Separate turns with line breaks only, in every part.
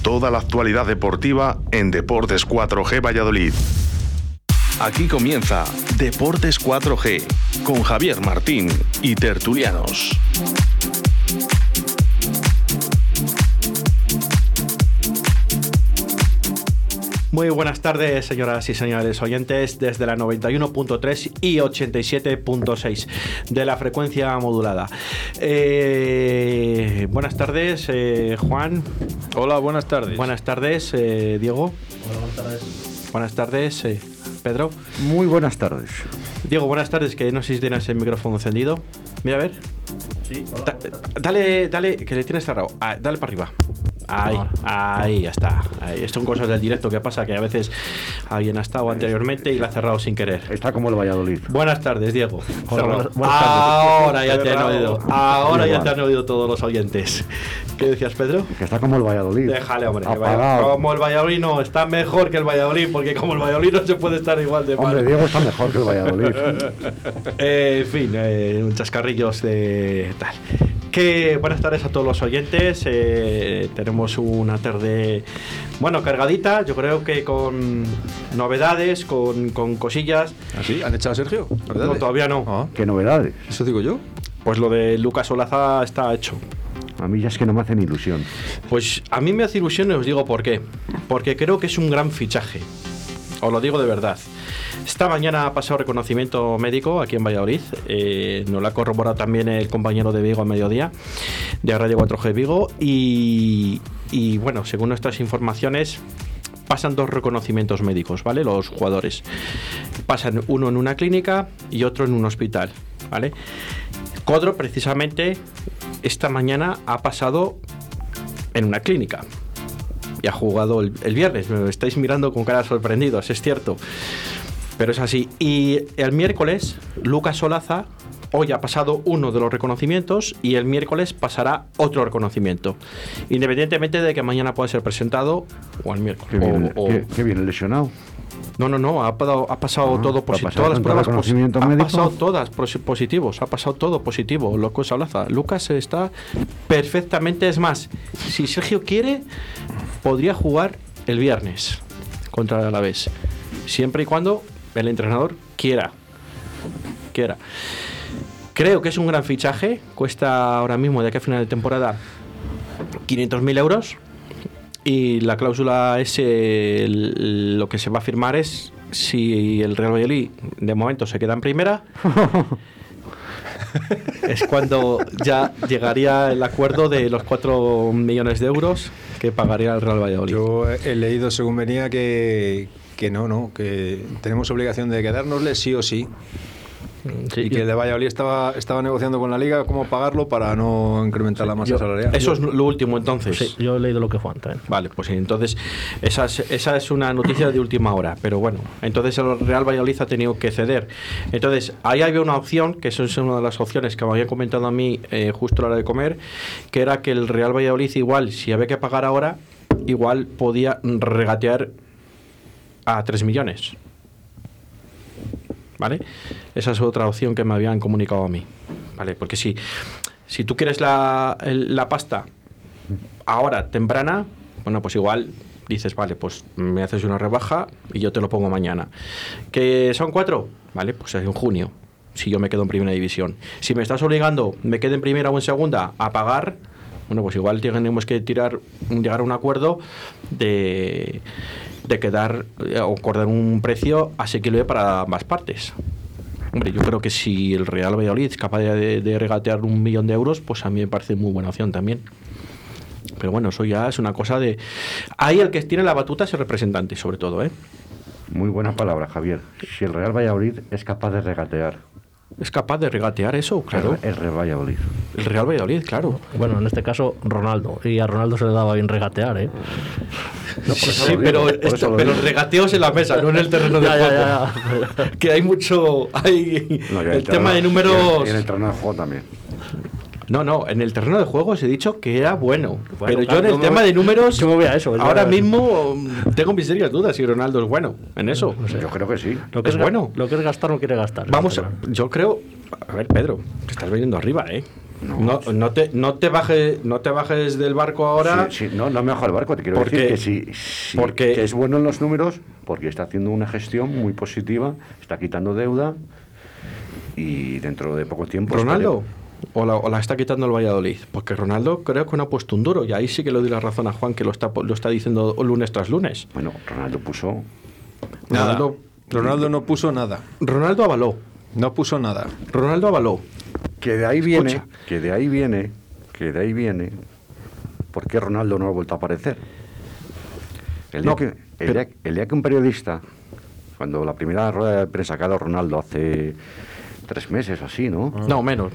Toda la actualidad deportiva en Deportes 4G Valladolid. Aquí comienza Deportes 4G con Javier Martín y tertulianos.
Muy buenas tardes, señoras y señores oyentes, desde la 91.3 y 87.6 de la frecuencia modulada. Buenas tardes, Juan.
Hola, buenas tardes.
Buenas tardes, Diego.
Hola, buenas tardes.
Buenas tardes, Pedro.
Muy buenas tardes.
Diego, buenas tardes, que no sé si tienes el micrófono encendido. Mira, a ver.
Sí, hola,
Dale, que le tienes cerrado. Dale para arriba. Ahí ya está. Ahí. Son cosas del directo que pasa, que a veces alguien ha estado anteriormente y la ha cerrado sin querer.
Está como el Valladolid.
Buenas tardes, Diego.
Hola, buenas tardes.
Ahora ya te han oído. Ahora ya te han oído todos los oyentes. ¿Qué decías, Pedro?
Que está como el Valladolid.
Déjale, hombre.
Apagado.
Como el Valladolid no, está mejor que el Valladolid, porque como el Valladolid no se puede estar igual de mal.
Hombre, Diego está mejor que el Valladolid.
En fin, un chascarrillos de tal. Buenas tardes a todos los oyentes. Tenemos una tarde, bueno, cargadita. Yo creo que con novedades, con cosillas.
¿Ah, sí? ¿Han echado a Sergio?
No, todavía no.
Ah,
¿Qué novedades?
eso digo yo.
Pues lo de Lucas Olaza está hecho.
A mí ya es que no me hacen ilusión.
Pues a mí me hace ilusión y os digo por qué. Porque creo que es un gran fichaje. Os lo digo de verdad. Esta mañana ha pasado reconocimiento médico aquí en Valladolid. Nos lo ha corroborado también el compañero de Vigo a mediodía, de Radio 4G Vigo. Y bueno, según nuestras informaciones, pasan 2 reconocimientos médicos, ¿vale? Los jugadores. Pasan uno en una clínica y otro en un hospital, ¿vale? Codro, precisamente, esta mañana ha pasado en una clínica. Y ha jugado el viernes. Me estáis mirando con cara sorprendidos, es cierto. Pero es así. Y el miércoles, Lucas Olaza, hoy ha pasado uno de los reconocimientos y el miércoles pasará otro reconocimiento. Independientemente de que mañana pueda ser presentado o el miércoles.
Qué bien lesionado.
No, ha pasado todo positivo. Todas las pruebas ha pasado todas positivos. Ha pasado todo positivo, Lucas Olaza. Lucas está perfectamente. Es más, si Sergio quiere, podría jugar el viernes contra el Alavés, siempre y cuando el entrenador quiera. Creo que es un gran fichaje. Cuesta ahora mismo, de aquí a final de temporada, 500.000 euros. Y la cláusula es lo que se va a firmar es si el Real Valladolid de momento se queda en primera. Es cuando ya llegaría el acuerdo de los 4 millones de euros que pagaría el Real Valladolid.
Yo he leído según venía que tenemos obligación de quedárnosle sí o sí.
Sí,
y que el de Valladolid estaba negociando con la Liga cómo pagarlo para no incrementar la masa salarial.
Eso es lo último, entonces.
Sí, yo he leído lo que Juan también.
Vale, pues entonces esa es una noticia de última hora, pero bueno, entonces el Real Valladolid ha tenido que ceder. Entonces ahí había una opción, que eso es una de las opciones que me habían comentado a mí justo a la hora de comer, que era que el Real Valladolid igual, si había que pagar ahora, igual podía regatear a 3 millones. ¿Vale? Esa es otra opción que me habían comunicado a mí, ¿vale? Porque si tú quieres la pasta ahora, temprana, bueno, pues igual dices, vale, pues me haces una rebaja y yo te lo pongo mañana. ¿Que son 4? Vale, pues es en junio, si yo me quedo en primera división. Si me estás obligando, me quede en primera o en segunda, a pagar, bueno, pues igual tenemos que llegar a un acuerdo de quedar o acordar un precio asequible para ambas partes. Hombre, yo creo que si el Real Valladolid es capaz de regatear 1 millón de euros, pues a mí me parece muy buena opción también. Pero bueno, eso ya es una cosa de... Ahí el que tiene la batuta es el representante, sobre todo, ¿eh?
Muy buena palabra, Javier. Si el Real Valladolid es capaz de regatear.
¿Es capaz de regatear eso? Claro.
El Real Valladolid.
El Real Valladolid, claro.
Bueno, en este caso, Ronaldo. Y a Ronaldo se le daba bien regatear, ¿eh?
No,
sí, pero el regateo es en la mesa, no en el terreno de juego. Ya. Que hay mucho... el tema de números...
Y en el terreno de juego también.
No, en el terreno de juego os he dicho que era bueno pero yo en el tema de números,
yo me voy a eso.
Ahora mismo tengo mis serias dudas si Ronaldo es bueno en eso.
No sé. Yo creo que sí.
Lo que es bueno. Lo que es gastar no quiere gastar.
Vamos, yo creo... A ver, Pedro, que estás viniendo arriba, ¿eh? No te bajes del barco ahora.
Sí, no me bajo del barco. Te quiero decir que sí,
porque
que es bueno en los números, porque está haciendo una gestión muy positiva, está quitando deuda y dentro de poco tiempo...
¿Ronaldo? ¿O la está quitando el Valladolid? Porque Ronaldo creo que no ha puesto un duro, y ahí sí que le doy la razón a Juan, que lo está diciendo lunes tras lunes.
Bueno, Ronaldo puso...
Nada. Ronaldo no puso nada.
Ronaldo avaló.
No puso nada.
Ronaldo avaló.
Que de ahí viene, ¿por qué Ronaldo no ha vuelto a aparecer? El día que un periodista, cuando la primera rueda de prensa que ha dado Ronaldo hace 3 meses o así, ¿no?
No, menos.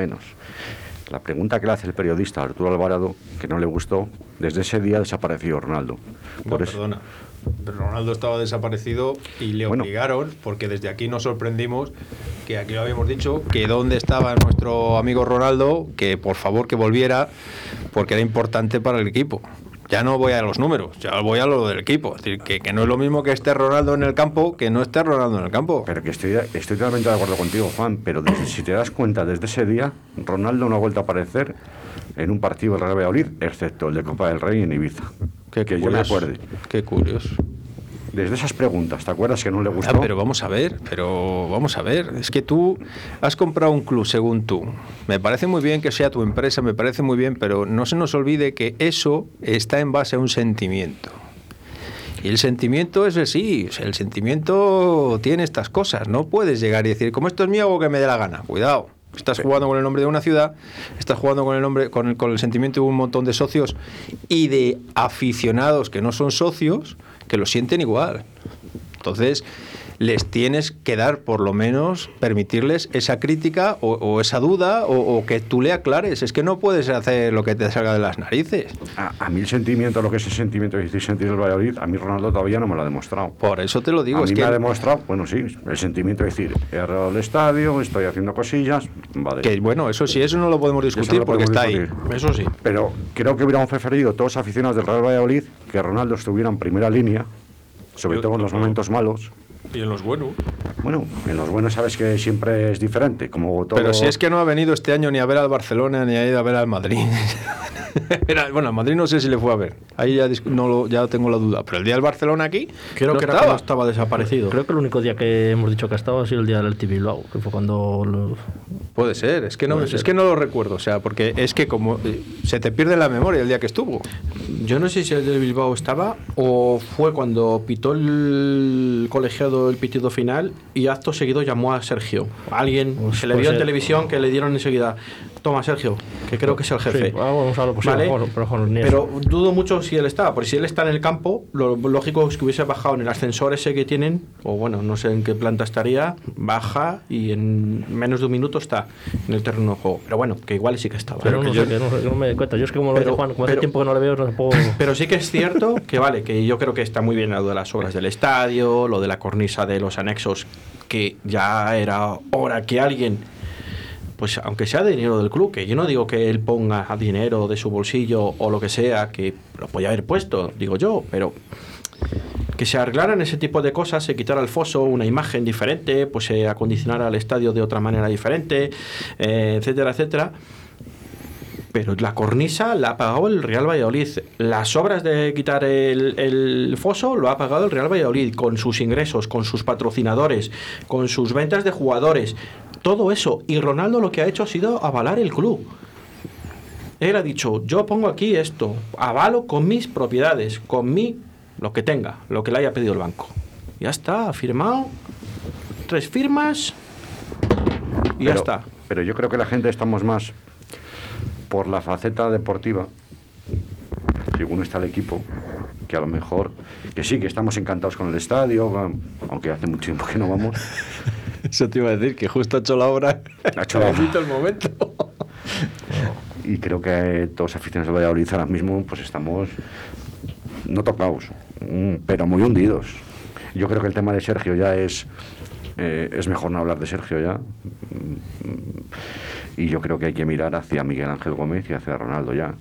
La pregunta que le hace el periodista Arturo Alvarado, que no le gustó, desde ese día desapareció Ronaldo.
Perdona. Pero Ronaldo estaba desaparecido y le obligaron, porque desde aquí nos sorprendimos, que aquí lo habíamos dicho, que dónde estaba nuestro amigo Ronaldo, que por favor que volviera, porque era importante para el equipo. Ya no voy a los números, ya voy a lo del equipo. Es decir, que no es lo mismo que esté Ronaldo en el campo que no esté Ronaldo en el campo.
Pero que estoy totalmente de acuerdo contigo, Juan, pero si te das cuenta, desde ese día, Ronaldo no ha vuelto a aparecer en un partido del Real Valladolid, excepto el de Copa del Rey en Ibiza. Que yo me acuerde.
Qué curioso.
Desde esas preguntas, ¿te acuerdas que no le gustó?
Pero vamos a ver. Es que tú has comprado un club según tú. Me parece muy bien que sea tu empresa, me parece muy bien, pero no se nos olvide que eso está en base a un sentimiento. Y el sentimiento es así, el sentimiento tiene estas cosas. No puedes llegar y decir, como esto es mío, hago que me dé la gana. Cuidado. Estás jugando con el nombre de una ciudad, estás jugando con el nombre, con el sentimiento de un montón de socios y de aficionados que no son socios, que lo sienten igual. Entonces, les tienes que dar, por lo menos, permitirles esa crítica o esa duda o que tú le aclares. Es que no puedes hacer lo que te salga de las narices.
A mí el sentimiento, lo que es el sentimiento que estoy sintiendo el Valladolid, a mí Ronaldo todavía no me lo ha demostrado.
Por eso te lo digo.
A mí me ha demostrado, bueno, sí, el sentimiento de decir, he arreglado el estadio, estoy haciendo cosillas, vale.
Que bueno, eso sí, eso no lo podemos discutir porque está ahí.
Eso sí.
Pero creo que hubiéramos preferido todos los aficionados del Real Valladolid que Ronaldo estuviera en primera línea, sobre todo en los momentos malos.
Y en los buenos.
Bueno, en los buenos sabes que siempre es diferente, como todo...
Pero si es que no ha venido este año ni a ver al Barcelona ni a ir a ver al Madrid. Bueno, al Madrid no sé si le fue a ver. Ahí ya tengo la duda. Pero el día del Barcelona aquí
creo que no estaba desaparecido.
Creo que el único día que hemos dicho que ha estado ha sido el día del TV Bilbao, que fue cuando...
Puede ser, es que no lo recuerdo. O sea, porque es que como se te pierde la memoria el día que estuvo.
Yo no sé si el del Bilbao estaba o fue cuando pitó el colegiado el pitido final y acto seguido llamó a Sergio. Alguien se le vio en televisión que le dieron enseguida, toma Sergio, que creo que es el jefe.
Sí, vamos a lo posible,
¿vale? Pero dudo mucho si él estaba, porque si él está en el campo, lo lógico es que hubiese bajado en el ascensor ese que tienen, o bueno, no sé en qué planta estaría, baja y en menos de un minuto está en el terreno de juego. Pero bueno, que igual sí que estaba.
Pero no me doy cuenta. Yo es que como lo dice Juan, como hace tiempo que no le veo, no puedo...
Pero sí que es cierto que vale, que yo creo que está muy bien lo de las obras del estadio, lo de la cornisa de los anexos, que ya era hora que alguien, pues aunque sea de dinero del club, que yo no digo que él ponga dinero de su bolsillo o lo que sea, que lo podía haber puesto, digo yo, pero que se arreglaran ese tipo de cosas, se quitara el foso, una imagen diferente, pues se acondicionara el estadio de otra manera diferente, etcétera, etcétera. Pero la cornisa la ha pagado el Real Valladolid. Las obras de quitar el foso lo ha pagado el Real Valladolid, con sus ingresos, con sus patrocinadores, con sus ventas de jugadores. Todo eso. Y Ronaldo lo que ha hecho ha sido avalar el club. Él ha dicho, yo pongo aquí esto, avalo con mis propiedades, con lo que tenga, lo que le haya pedido el banco. Ya está, ha firmado 3 firmas y ya está.
Pero yo creo que la gente estamos más por la faceta deportiva, según está el equipo, que a lo mejor, que sí, que estamos encantados con el estadio, aunque hace mucho tiempo que no vamos.
Eso te iba a decir, que justo ha hecho la obra.
Ha hecho la obra.
el momento.
Y creo que todos los aficionados de Valladolid ahora mismo pues estamos no tocados, pero muy hundidos. Yo creo que el tema de Sergio ya es mejor no hablar de Sergio ya. Y yo creo que hay que mirar hacia Miguel Ángel Gómez y hacia Ronaldo ya.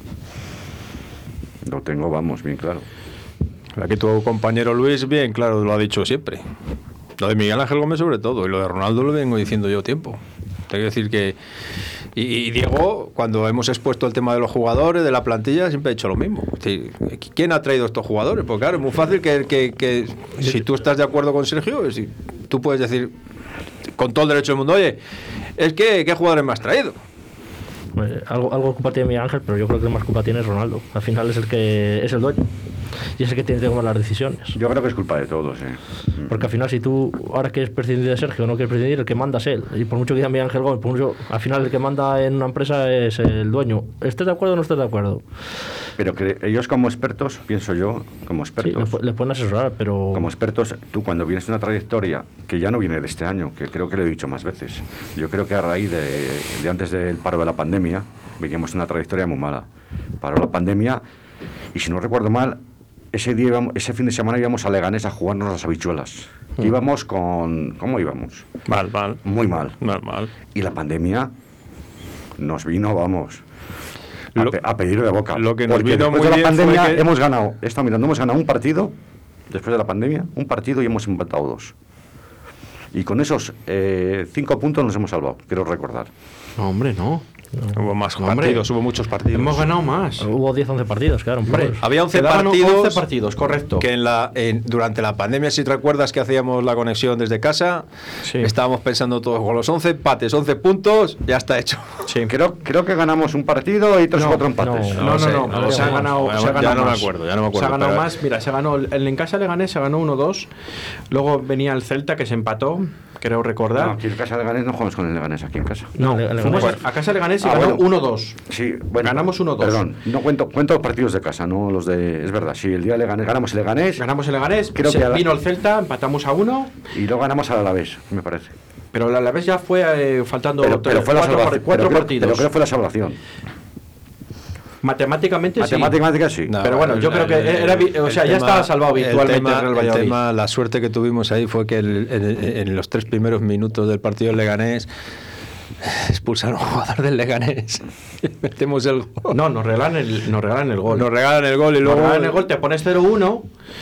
Lo tengo, vamos, bien claro.
Aquí tu compañero Luis, bien claro, lo ha dicho siempre. Lo de Miguel Ángel Gómez sobre todo, y lo de Ronaldo lo vengo diciendo yo tiempo. Tengo que decir que Y Diego, cuando hemos expuesto el tema de los jugadores, de la plantilla, siempre ha dicho lo mismo. Es decir, ¿quién ha traído estos jugadores? Porque claro, es muy fácil que si tú estás de acuerdo con Sergio, tú puedes decir con todo el derecho del mundo, oye, es que ¿qué jugadores me has traído?
Algo culpa tiene Miguel Ángel, pero yo creo que más culpa tiene Ronaldo. Al final es el dueño y es el que tiene que tomar las decisiones.
Yo creo que es culpa de todos,
Porque al final, si tú ahora quieres prescindir de Sergio o no quieres prescindir, el que manda es él. Y por mucho que diga Miguel Ángel Gómez, al final el que manda en una empresa es el dueño. ¿Estés de acuerdo o no estés de acuerdo?
Pero que ellos como expertos, pienso yo, como expertos...
Sí, les pueden asesorar, pero...
Como expertos, tú cuando vienes de una trayectoria que ya no viene de este año, que creo que lo he dicho más veces, yo creo que a raíz de antes del paro de la pandemia, veníamos una trayectoria muy mala. Paró la pandemia y si no recuerdo mal, ese fin de semana íbamos a Leganés a jugarnos las habichuelas. Íbamos con... ¿Cómo íbamos?
Mal.
Muy mal.
Mal.
Y la pandemia nos vino, vamos... A pedir de boca.
Lo que nos
porque
vino
después
muy
de la
bien
pandemia
fue que...
hemos ganado un partido, después de la pandemia, un partido y hemos empatado 2. Y con esos 5 puntos nos hemos salvado, quiero recordar.
No, hombre, no.
Hubo más partidos, hubo muchos partidos.
Hemos ganado más.
Hubo 10-11 partidos, quedaron
Hombre,
pocos.
Había 11
quedaban
partidos,
11 partidos, correcto.
Que durante la pandemia, si te recuerdas que hacíamos la conexión desde casa,
Sí.
estábamos pensando todos con los 11 empates, 11 puntos, ya está hecho.
Sí.
Creo que ganamos un partido y 3 o 4 empates.
No.
sé,
Se ha ganado
ya no me
más.
acuerdo.
Se ha ganado
pero-
más. Mira, se ganó en casa Leganés, se ganó 1-2. Luego venía el Celta, que se empató, creo
No,
recordar.
aquí en casa de Leganés no jugamos con el Leganés, aquí en casa.
No,
Fuimos a casa Leganés y
Ah,
ganó
bueno.
1-2.
Sí, bueno,
Ganamos 1-2.
Perdón, no cuento los partidos de casa, no los de... Es verdad, sí, el día de Leganés ganamos el Leganés
Ganamos el Leganés,
Creo que
vino el Celta, empatamos a 1,
y luego ganamos al Alavés, me parece.
pero el Alavés ya fue faltando
Pero fue la salvación.
cuatro
Pero
partidos.
creo que fue la salvación.
Matemáticamente sí.
Matemáticamente sí.
No,
Pero bueno, yo creo que ya estaba salvado virtualmente el Real Valladolid.
La suerte que tuvimos ahí fue que en los 3 primeros minutos del partido del Leganés expulsaron a un jugador del Leganés. Metemos el gol.
No, nos regalan el gol.
Nos regalan el gol y
Nos
luego...
regalan el gol, te pones 0-1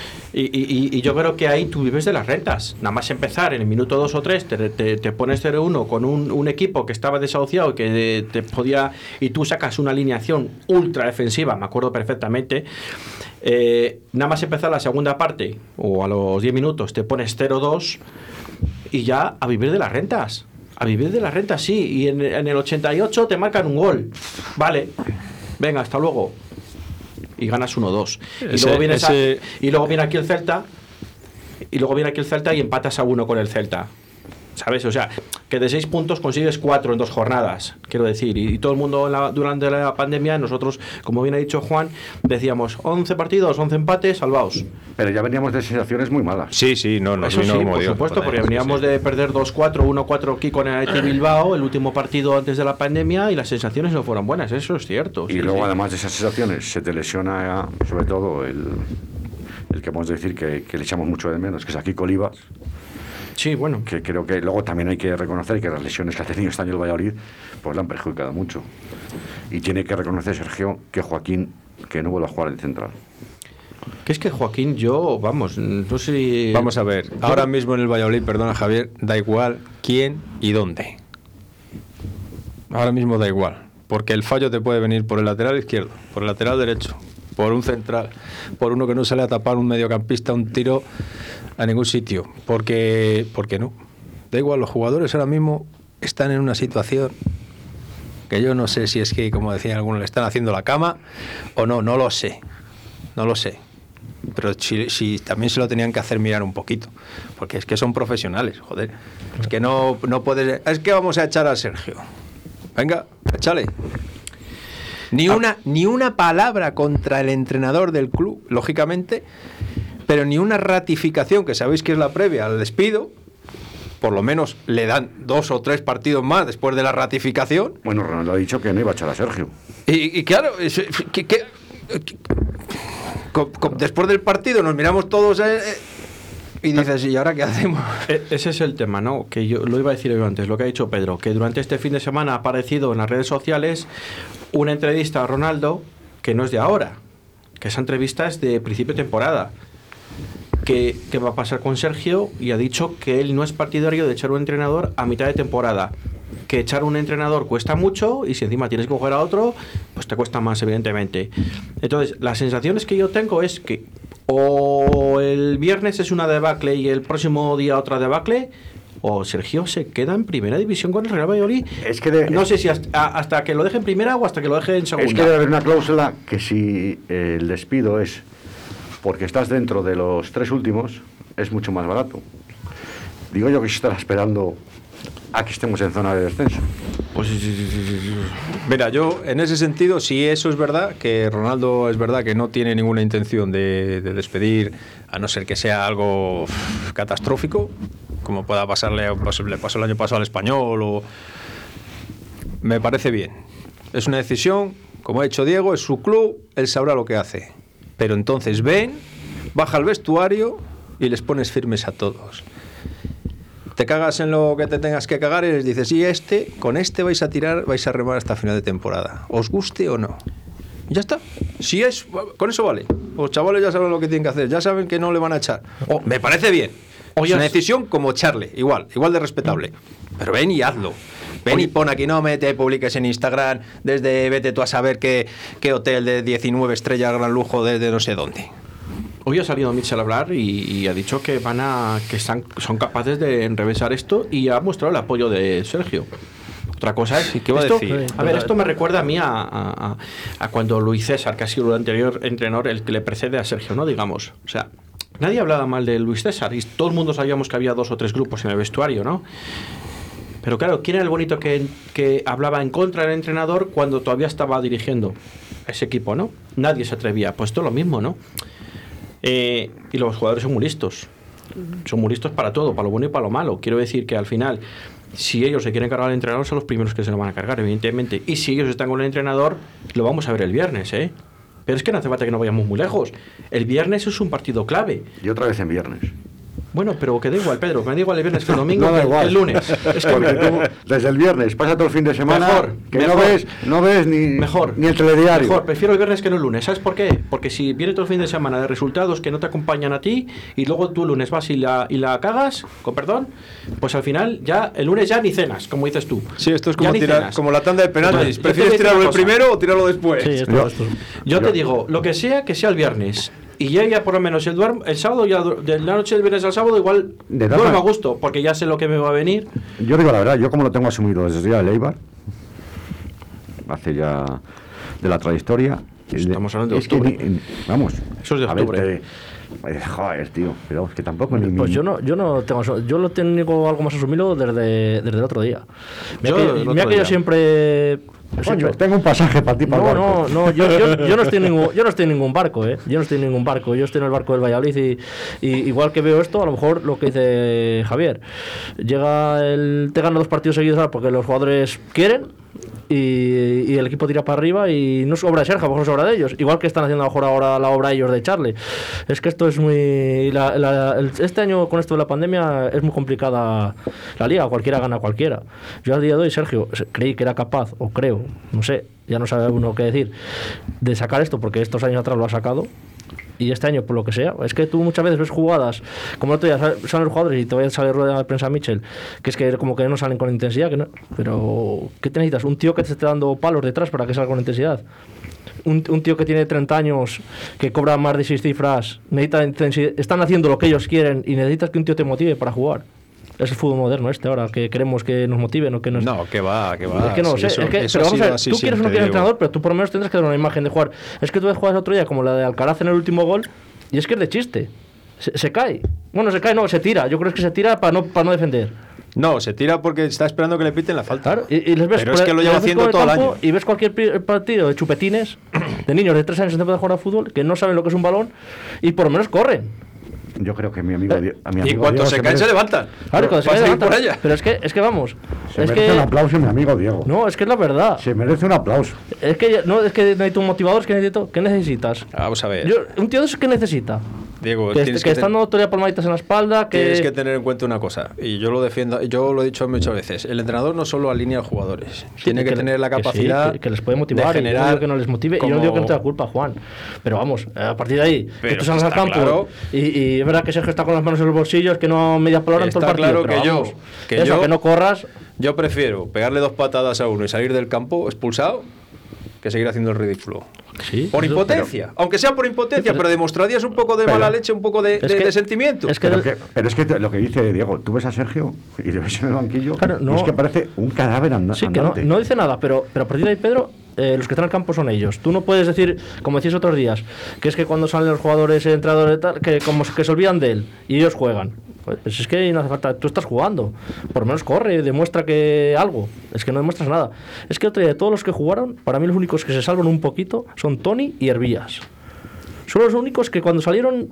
y yo creo que ahí tú vives de las rentas. Nada más empezar en el minuto 2 o 3 te pones 0-1 con un equipo que estaba desahuciado y que te podía... Y tú sacas una alineación ultra defensiva, me acuerdo perfectamente. Nada más empezar la segunda parte o a los 10 minutos te pones 0-2 y ya a vivir de las rentas. A vivir de las rentas, sí. Y en el 88 te marcan un gol. Vale. Venga, hasta luego. Y ganas 1-2. Y luego viene aquí el Celta. Y luego viene aquí el Celta y empatas a 1 con el Celta. ¿Sabes? O sea, que de 6 puntos consigues 4 en 2 jornadas, quiero decir. Y todo el mundo durante la pandemia, nosotros, como bien ha dicho Juan, decíamos 11 partidos, 11 empates, salvaos.
Pero ya veníamos de sensaciones muy malas.
Sí, no, nos
Eso
vino
sí,
como
por
Dios.
supuesto, porque veníamos de perder 2-4, 1-4 aquí con el Athletic Bilbao, el último partido antes de la pandemia, y las sensaciones no fueron buenas, eso es cierto.
Y
sí,
luego,
sí.
además de esas sensaciones, se te lesiona, sobre todo, el que vamos a decir que le echamos mucho de menos, que es aquí Colibas.
Sí, bueno.
Que creo que luego también hay que reconocer que las lesiones que ha tenido este año el Valladolid pues le han perjudicado mucho. Y tiene que reconocer Sergio que Joaquín que no vuelva a jugar en central.
Que es que Joaquín, vamos, no sé si...
Vamos a ver, ahora mismo en el Valladolid, perdona Javier, da igual quién y dónde. Ahora mismo da igual, porque el fallo te puede venir por el lateral izquierdo, por el lateral derecho, por un central, por uno que no sale a tapar un mediocampista, un tiro a ningún sitio, porque no. Da igual, los jugadores ahora mismo están en una situación que yo no sé si es que, como decían algunos, le están haciendo la cama o no lo sé. Pero si también se lo tenían que hacer mirar un poquito, porque es que son profesionales, joder. Es que no puedes... Es que vamos a echar a Sergio. Venga, échale. Ni una palabra contra el entrenador del club, lógicamente, pero ni una ratificación, que sabéis que es la previa al despido. Por lo menos le dan 2 o 3 partidos más después de la ratificación.
Bueno, Ronaldo ha dicho que no iba a echar a Sergio.
Y claro, después del partido nos miramos todos y dices, ¿y ahora qué hacemos?
Ese es el tema, ¿no? Que yo lo iba a decir yo antes, lo que ha dicho Pedro, que durante este fin de semana ha aparecido en las redes sociales una entrevista a Ronaldo que no es de ahora, que esa entrevista es de principio de temporada. ¿Qué va a pasar con Sergio? Y ha dicho que él no es partidario de echar un entrenador a mitad de temporada. que echar un entrenador cuesta mucho y si encima tienes que coger a otro, pues te cuesta más, evidentemente. Entonces, las sensaciones que yo tengo es que o el viernes es una debacle y el próximo día otra debacle, o Sergio se queda en primera división con el Real Valladolid.
Es que
no sé si hasta que lo deje en primera o hasta que lo deje en segunda.
Es que debe haber una cláusula que si el despido es porque estás dentro de los 3 últimos, es mucho más barato. Digo yo que se estará esperando a que estemos en zona de descenso.
Pues sí.
Mira, yo en ese sentido, si eso es verdad, que Ronaldo es verdad que no tiene ninguna intención de despedir, a no ser que sea algo catastrófico, como pueda pasarle, pues, le pasó el año pasado al Español, o... me parece bien. Es una decisión, como ha dicho Diego, es su club, él sabrá lo que hace. Pero entonces ven, baja al vestuario y les pones firmes a todos. Te cagas en lo que te tengas que cagar y les dices, y con este vais a tirar, vais a remar hasta final de temporada, os guste o no. Ya está. Si es, con eso vale. Los chavales ya saben lo que tienen que hacer, ya saben que no le van a echar. Me parece bien. Es una decisión como echarle, igual de respetable. Pero ven y hazlo. Ven y pon aquí, no publiques en Instagram desde vete tú a saber qué hotel de 19 estrellas gran lujo desde no sé dónde.
Hoy ha salido Mitchell a hablar y ha dicho que son capaces de enrevesar esto y ha mostrado el apoyo de Sergio. Otra cosa es...
¿Qué va a decir?
A ver, esto me recuerda a mí a cuando Luis César, que ha sido el anterior entrenador, el que le precede a Sergio, ¿no? Digamos. O sea, nadie hablaba mal de Luis César y todo el mundo sabíamos que había 2 o 3 grupos en el vestuario, ¿no? Pero claro, ¿quién era el bonito que hablaba en contra del entrenador cuando todavía estaba dirigiendo ese equipo, ¿no? Nadie se atrevía. Pues todo lo mismo, ¿no? Y los jugadores son muy listos. Son muy listos para todo, para lo bueno y para lo malo. Quiero decir que al final, si ellos se quieren cargar al entrenador, son los primeros que se lo van a cargar, evidentemente. Y si ellos están con el entrenador, lo vamos a ver el viernes, ¿eh? Pero es que no hace falta que no vayamos muy lejos. El viernes es un partido clave.
Y otra vez en viernes.
Bueno, pero que da igual, Pedro, que me da igual el viernes que el domingo,
No da igual.
el lunes. Es que
Porque tú, desde el viernes, pasa todo el fin de semana, no ves ni el telediario.
Mejor, prefiero el viernes que no el lunes. ¿Sabes por qué? Porque si viene todo el fin de semana de resultados que no te acompañan a ti y luego tú el lunes vas y la cagas, con perdón, pues al final ya el lunes ya ni cenas, como dices tú.
Sí, esto es como como la tanda de penaltis. ¿Prefieres tirarlo el primero o tirarlo después?
Sí,
Yo te digo, lo que sea el viernes. Y ya por lo menos el sábado, ya de la noche del viernes al sábado, igual duermo a gusto, porque ya sé lo que me va a venir.
Yo digo la verdad, yo como lo tengo asumido desde el día de Eibar, hace ya de la trayectoria.
Estamos hablando de octubre.
Vamos.
Eso es de octubre.
Joder, tío, pero es que tampoco
pues yo no tengo, yo lo tengo algo más asumido desde el otro día. Mira que yo siempre...
Coño, tengo un pasaje para ti para el barco.
No, yo no estoy en ningún barco, ¿eh? Yo no estoy en ningún barco, yo estoy en el barco del Valladolid y igual que veo esto, a lo mejor lo que dice Javier, te gana 2 partidos seguidos ahora porque los jugadores quieren y el equipo tira para arriba y no es obra de Sergio, a lo mejor es obra de ellos, igual que están haciendo a lo mejor ahora la obra ellos de Charlie. Es que esto es muy... este año con esto de la pandemia es muy complicada la liga, cualquiera gana a cualquiera. Yo al día de hoy, Sergio, creí que era capaz, o creo, no sé, ya no sabe uno qué decir, de sacar esto porque estos años atrás lo ha sacado. Y este año, por lo que sea, es que tú muchas veces ves jugadas, como el otro día salen los jugadores y todavía sale rueda de prensa Mitchell, que es que como que no salen con intensidad, que no, pero ¿qué te necesitas? Un tío que te esté dando palos detrás para que salga con intensidad. Un tío que tiene 30 años, que cobra más de 6 cifras, necesita intensidad, están haciendo lo que ellos quieren y necesitas que un tío te motive para jugar. Es el fútbol moderno ahora, que queremos que nos motiven o que nos...
No, que va.
Es que no sé, pero vamos a ver, tú quieres o no quieres entrenador, pero tú por lo menos tendrás que dar una imagen de jugar. Es que tú ves jugadas otro día como la de Alcaraz en el último gol, y es que es de chiste. Se cae. Bueno, se cae, no, se tira. Yo creo que se tira para no defender.
No, se tira porque está esperando que le piten la falta.
Claro, y les ves,
pero es que lo lleva haciendo todo el año.
Y ves cualquier partido de chupetines, de niños de 3 años que no pueden jugar a fútbol, que no saben lo que es un balón, y por lo menos corren.
Yo creo que mi amigo
y en cuanto se caen se levantan.
Claro, cuando se caen se levantan. Pero es que vamos.
Se merece un aplauso mi amigo Diego.
No, es que es la verdad.
Se merece un aplauso.
Es que necesito un motivador, ¿qué necesitas?
Vamos a ver.
Un tío de eso, ¿qué necesita?
Diego,
que estando todavía palmaditas en la espalda,
tienes que tener en cuenta una cosa, y yo lo defiendo, yo lo he dicho muchas veces, el entrenador no solo alinea a jugadores, tiene que tener la capacidad
que les puede motivar,
de generar,
y yo no digo que no les motive, y yo no digo que no te da culpa, Juan, pero vamos, a partir de ahí, que tú salgas al campo,
claro.
y es verdad que Sergio está con las manos en los bolsillos, que no media palabra en todo el
Está
partido.
claro
pero
que
vamos, que no corras.
Yo prefiero pegarle 2 patadas a uno y salir del campo expulsado que seguir haciendo el ridículo.
Sí,
Por
eso,
impotencia, aunque sea por impotencia, pero demostrarías un poco de mala leche, un poco de sentimiento.
Es que
pero es que lo que dice Diego, tú ves a Sergio y le ves en el banquillo,
claro, no,
y es que parece un cadáver andante.
Sí, que no dice nada, pero a partir de ahí, Pedro, los que están en el campo son ellos. Tú no puedes decir, como decías otros días, que es que cuando salen los jugadores, entrenadores y tal, que como que se olvidan de él y ellos juegan. Pues es que no hace falta, tú estás jugando, por lo menos corre, demuestra que algo, es que no demuestras nada. Es que otro día, de todos los que jugaron, para mí los únicos que se salvan un poquito son Toni y Hervías. Son los únicos que cuando salieron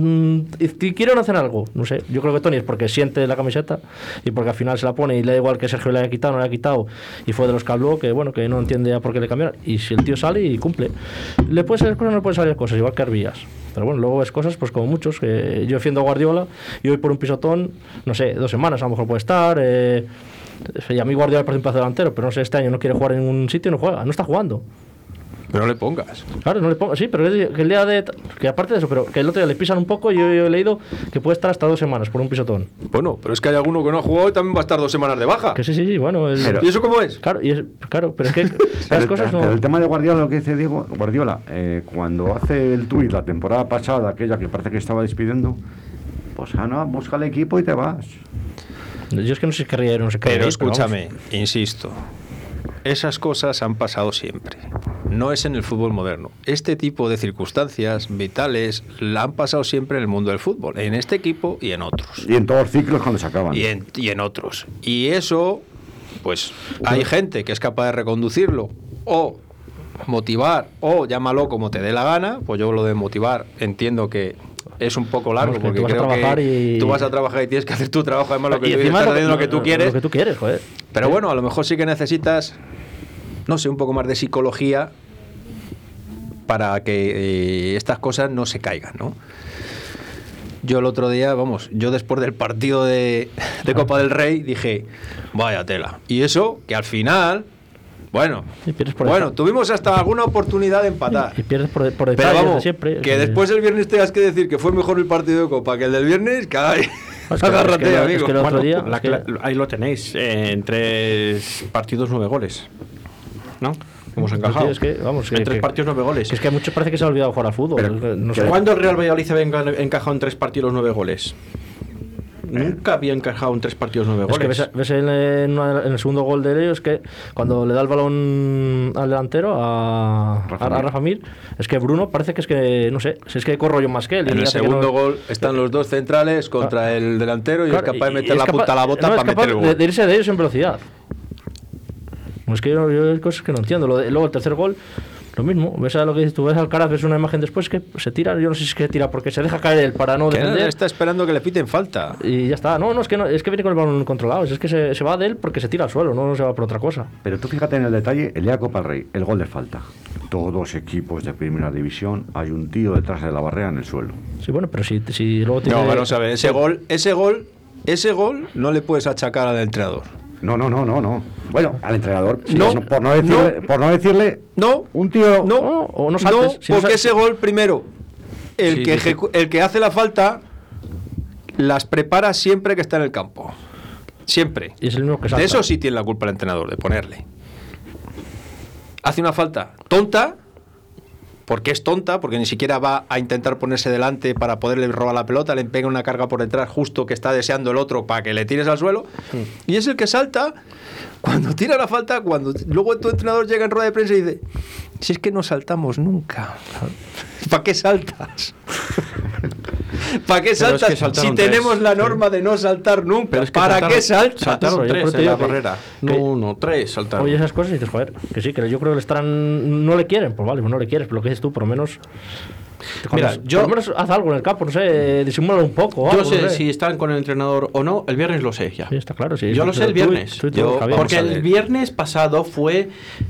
quieren hacer algo. No sé, yo creo que Toni es porque siente la camiseta y porque al final se la pone y le da igual que Sergio le haya quitado o no le haya quitado, y fue de los que habló, que bueno, que no entiende a por qué le cambiaron. Y si el tío sale y cumple, le puede salir cosas, no le pueden salir cosas, igual que Hervías. Pero bueno, luego ves cosas pues como muchos, que yo defiendo a Guardiola y hoy por un pisotón, no sé, 2 semanas a lo mejor puede estar. Y a mí Guardiola parece un pedazo delantero, pero no sé, este año no quiere jugar en ningún sitio y no juega, no está jugando.
Pero no le pongas.
Claro, no le pongo, sí, pero que el día de... Que aparte de eso, pero que el otro día le pisan un poco y yo he leído que puede estar hasta 2 semanas por un pisotón.
Bueno, pero es que hay alguno que no ha jugado y también va a estar 2 semanas de baja.
Que sí, bueno...
¿Y eso cómo es?
Claro, pero es que las cosas no...
Pero el tema de Guardiola, lo que dice Diego, Guardiola, cuando hace el tuit la temporada pasada, aquella que parece que estaba despidiendo, pues no, busca el equipo y te vas.
Yo es que no sé si querría ir o no sé qué.
Pero escúchame, insisto, esas cosas han pasado siempre. No es en el fútbol moderno. Este tipo de circunstancias vitales la han pasado siempre en el mundo del fútbol, en este equipo y en otros.
Y en todos los ciclos cuando se acaban.
Y en otros. Y eso, pues hay gente que es capaz de reconducirlo o motivar, o llámalo como te dé la gana. Pues yo lo de motivar entiendo que es un poco largo, porque creo que tú vas a trabajar y tienes que hacer tu trabajo, además lo que tú estás haciendo lo que tú quieres.
Lo que tú quieres, joder.
Pero bueno, a lo mejor sí que necesitas, no sé, un poco más de psicología para que estas cosas no se caigan, ¿no? Yo el otro día, yo después del partido de Copa del Rey dije, vaya tela. Y eso, que al final... Bueno, tuvimos hasta alguna oportunidad de empatar.
Y pierdes por detalles.
Pero vamos,
siempre.
Que después el viernes tengas que decir que fue mejor el partido de Copa que el del viernes, caray. Agárrate, amigo.
Es que el otro día,
ahí lo tenéis, en 3 partidos 9 goles. ¿No? Hemos encajado.
Es que, vamos,
en 3 partidos 9 goles.
Es que a muchos parece que se ha olvidado jugar al fútbol.
No sé. ¿Cuándo el Real Valladolid había encajado en 3 partidos 9 goles? Nunca había encajado en 3 partidos 9 goles.
Es que ves en el segundo gol de ellos, que cuando le da el balón al delantero, a Rafa Mir, es que Bruno parece que es que, no sé, si es que corro yo más que él.
En el segundo gol están los 2 centrales contra el delantero y es capaz de meter la punta a la bota para meter el gol.
De irse de ellos en velocidad. Es que yo hay cosas que no entiendo. Luego el tercer gol, lo mismo. Ves a lo que dices, tú ves al Alcaraz, ves una imagen después que se tira. Yo no sé si es que se tira porque se deja caer él para no defender.
Él está esperando que le piten falta.
Y ya está. No, es que viene con el balón controlado. Es que se va de él porque se tira al suelo, no se va por otra cosa.
Pero tú fíjate en el detalle, el día de Copa del Rey, el gol de falta. Todos equipos de primera división, hay un tío detrás de la barrera en el suelo.
Sí, bueno, pero si luego tiene...
No, vamos a ver, ese gol no le puedes achacar al entrenador.
No. Bueno, al entrenador, sí, por no decirle un tío...
o no saltes.
Porque ese gol, primero, el que hace la falta, las prepara siempre que está en el campo. Siempre.
Y es el mismo que salta.
De eso sí tiene la culpa el entrenador, de ponerle. Hace una falta tonta, porque es tonta, porque ni siquiera va a intentar ponerse delante para poderle robar la pelota, le pega una carga por detrás justo que está deseando el otro para que le tires al suelo, y es el que salta cuando tira la falta, cuando luego tu entrenador llega en rueda de prensa y dice, si es que no saltamos nunca. ¿Para qué saltas? ¿Para qué saltas si tenemos la norma de no saltar nunca?
Pero es que
¿Para qué saltas?
Saltaron 3 en la barrera. No, 3 saltaron.
Oye, esas cosas y dices, joder, que sí, que yo creo que le estarán... No le quieren, pues vale, pues no le quieres, pero lo que dices tú, por lo menos... Mira, por lo menos haz algo en el campo, no sé, disimula un poco.
Yo sé si están con el entrenador o no, el viernes lo sé ya.
Sí, está claro, sí.
Yo lo sé el viernes. Porque el viernes pasado fue...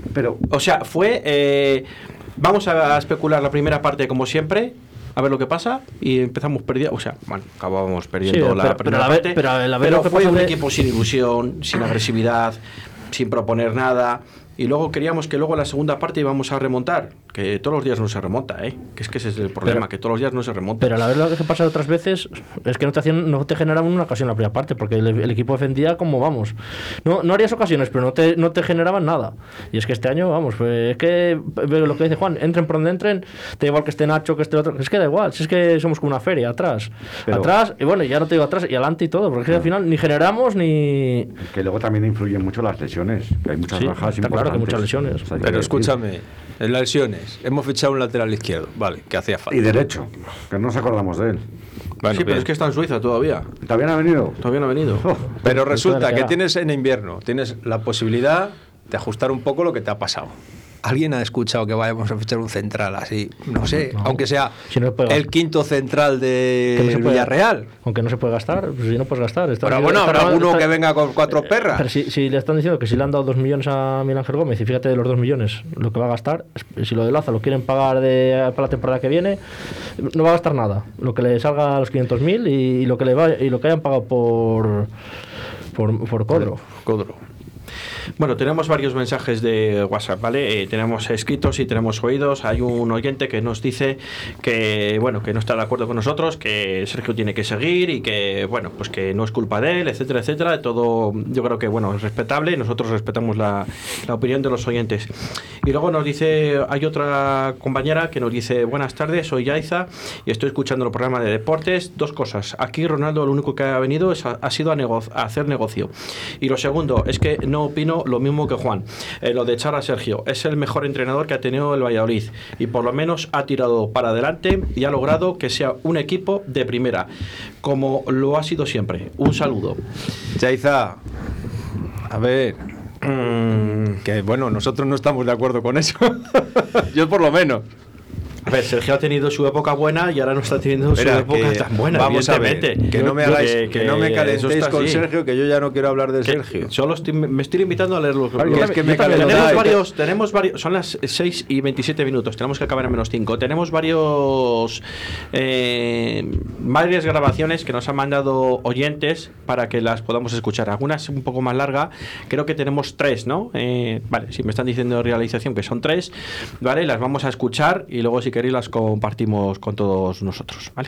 vamos a especular la primera parte como siempre, a ver lo que pasa, y empezamos perdiendo, acabábamos perdiendo la primera parte, pero fue un equipo sin ilusión, sin agresividad, sin proponer nada, y luego queríamos que luego en la segunda parte íbamos a remontar, que todos los días no se remonta, que es que ese es el problema, que todos los días no se remonta.
Pero a la vez lo que pasa otras veces es que no te generaban una ocasión en la primera parte, porque el equipo defendía como vamos. No harías ocasiones, pero no te generaban nada. Y es que este año, vamos, pues es que lo que dice Juan, entren por donde entren, da igual que esté Nacho, que esté otro, es que da igual, si es que somos como una feria, atrás, y bueno, ya no te digo atrás, y adelante y todo, porque al final ni generamos ni...
Que luego también influyen mucho las lesiones, que hay muchas bajas
está claro que muchas lesiones.
O sea,
Pero escúchame, en las lesiones, hemos fichado un lateral izquierdo, vale, que hacía falta.
Y derecho, que no nos acordamos de él.
Bueno,
sí, pero
bien.
es que está en Suiza todavía.
¿También ha venido?
Todavía no ha venido.
Pero resulta que
queda.
tienes en invierno, tienes la posibilidad de ajustar un poco lo que te ha pasado. ¿Alguien ha escuchado que vayamos a fichar un central así? No sé, aunque sea
Si no puede
el quinto central
Que no
de
se puede-
Villarreal.
Aunque no se puede gastar, pues si no puedes gastar.
Pero bueno, habrá uno que venga con 4 perras.
Pero si le están diciendo que si le han dado 2 millones a Miguel Ángel Gómez, y fíjate de los 2 millones lo que va a gastar, si lo de Laza lo quieren pagar para la temporada que viene, no va a gastar nada. Lo que le salga a los 500.000 y lo que hayan pagado por Codro.
Bueno, tenemos varios mensajes de WhatsApp, ¿vale? Tenemos escritos y tenemos oídos. Hay un oyente que nos dice que, bueno, que no está de acuerdo con nosotros, que Sergio tiene que seguir y que, bueno, pues que no es culpa de él, etcétera, etcétera. Todo, yo creo que, bueno, es respetable y nosotros respetamos la opinión de los oyentes. Y luego nos dice, hay otra compañera que nos dice, buenas tardes, soy Yaiza y estoy escuchando el programa de deportes. 2 cosas. Aquí Ronaldo lo único que ha venido ha sido a hacer negocio. Y lo segundo es que no opino lo mismo que Juan. Lo de echar a Sergio. Es el mejor entrenador que ha tenido el Valladolid y por lo menos ha tirado para adelante y ha logrado que sea un equipo de primera, como lo ha sido siempre. Un saludo.
Chaiza, a ver, que bueno, nosotros no estamos de acuerdo con eso. Yo por lo menos.
A ver, Sergio ha tenido su época buena y ahora no está teniendo su época tan buena.
Vamos a ver, que no me hagáis, que no me
eso
calentéis
está
con
así.
Sergio, que yo ya no quiero hablar de Sergio.
Solo me estoy invitando a leer los
Claro, es que me
tenemos
calentáis.
varios, son las 6:27 minutos, tenemos que acabar en -5. Tenemos varias grabaciones que nos han mandado oyentes para que las podamos escuchar. Algunas un poco más larga, creo que tenemos 3, ¿no? Vale, si me están diciendo de realización que son 3, vale, las vamos a escuchar y luego si queréis las compartimos con todos nosotros, ¿vale?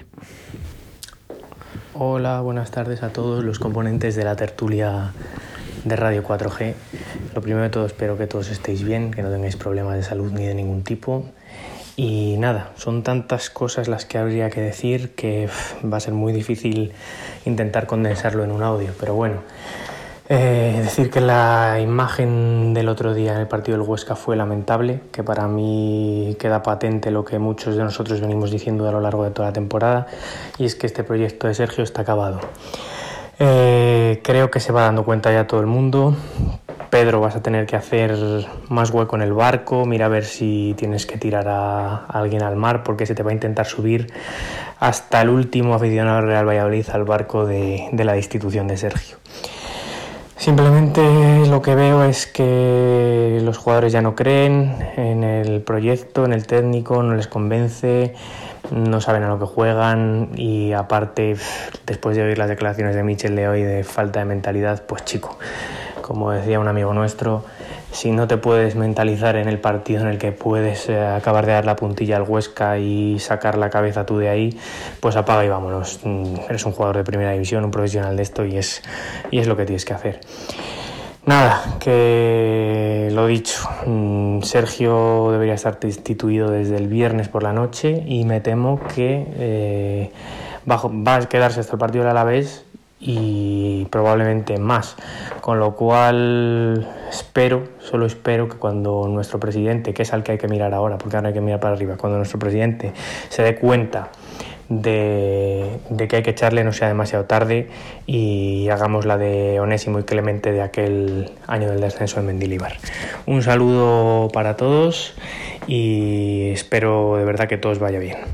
Hola, buenas tardes a todos los componentes de la tertulia de Radio 4G. Lo primero de todo, espero que todos estéis bien, que no tengáis problemas de salud ni de ningún tipo. Y nada, son tantas cosas las que habría que decir que va a ser muy difícil intentar condensarlo en un audio, pero bueno. Decir que la imagen del otro día en el partido del Huesca fue lamentable, que para mí queda patente lo que muchos de nosotros venimos diciendo a lo largo de toda la temporada, y es que este proyecto de Sergio está acabado. Creo que se va dando cuenta ya todo el mundo. Pedro, vas a tener que hacer más hueco en el barco, mira a ver si tienes que tirar a alguien al mar, porque se te va a intentar subir hasta el último aficionado del Real Valladolid al barco de la destitución de Sergio. Simplemente lo que veo es que los jugadores ya no creen en el proyecto, en el técnico, no les convence, no saben a lo que juegan y aparte, después de oír las declaraciones de Michel de hoy de falta de mentalidad, pues chico, como decía un amigo nuestro, si no te puedes mentalizar en el partido en el que puedes acabar de dar la puntilla al Huesca y sacar la cabeza tú de ahí, pues apaga y vámonos. Eres un jugador de primera división, un profesional de esto y es lo que tienes que hacer. Nada, que lo dicho, Sergio debería estar destituido desde el viernes por la noche y me temo que va a quedarse hasta el partido del Alavés y probablemente más, con lo cual solo espero que cuando nuestro presidente, que es al que hay que mirar ahora, porque ahora hay que mirar para arriba, cuando nuestro presidente se dé cuenta de que hay que echarle, no sea demasiado tarde y hagamos la de Onésimo y Clemente de aquel año del descenso en Mendilibar. Un saludo para todos y espero de verdad que todo os vaya bien.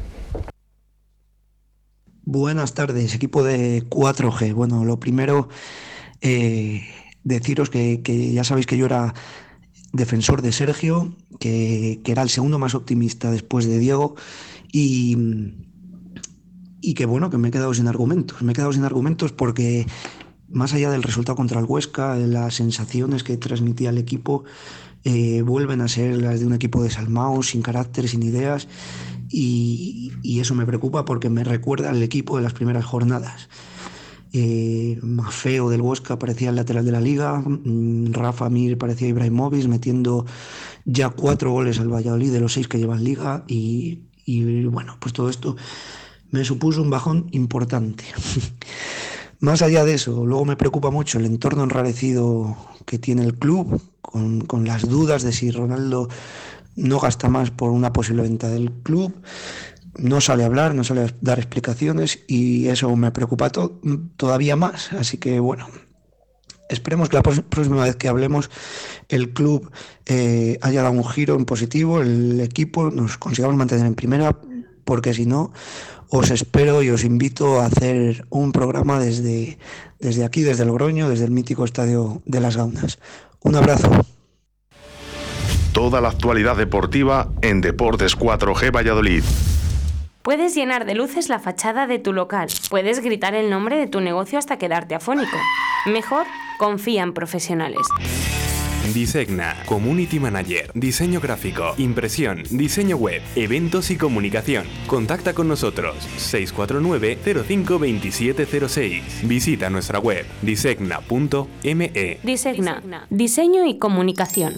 Buenas tardes, equipo de 4G. Bueno, lo primero, deciros que ya sabéis que yo era defensor de Sergio, que era el segundo más optimista después de Diego y que bueno, que me he quedado sin argumentos. Me he quedado sin argumentos porque más allá del resultado contra el Huesca, las sensaciones que transmitía el equipo, vuelven a ser las de un equipo desalmado, sin carácter, sin ideas, y eso me preocupa porque me recuerda al equipo de las primeras jornadas. Mafeo del Huesca parecía el lateral de la Liga, Rafa Mir parecía Ibrahimovic, metiendo ya 4 goles al Valladolid de los 6 que llevan Liga, y bueno, pues todo esto me supuso un bajón importante. Más allá de eso, luego me preocupa mucho el entorno enrarecido que tiene el club, con las dudas de si Ronaldo no gasta más por una posible venta del club. No sale a hablar, no sale a dar explicaciones, y eso me preocupa todavía más. Así que bueno, esperemos que la próxima vez que hablemos el club haya dado un giro en positivo, el equipo nos consigamos mantener en primera, porque si no, os espero y os invito a hacer un programa desde aquí, desde Logroño, desde el mítico estadio de Las Gaunas. Un abrazo.
Toda la actualidad deportiva en Deportes 4G Valladolid.
Puedes llenar de luces la fachada de tu local. Puedes gritar el nombre de tu negocio hasta quedarte afónico. Mejor, confía en profesionales.
Disegna, Community Manager, diseño gráfico, impresión, diseño web, eventos y comunicación. Contacta con nosotros 649-052706. Visita nuestra web disegna.me.
Disegna, diseño y comunicación.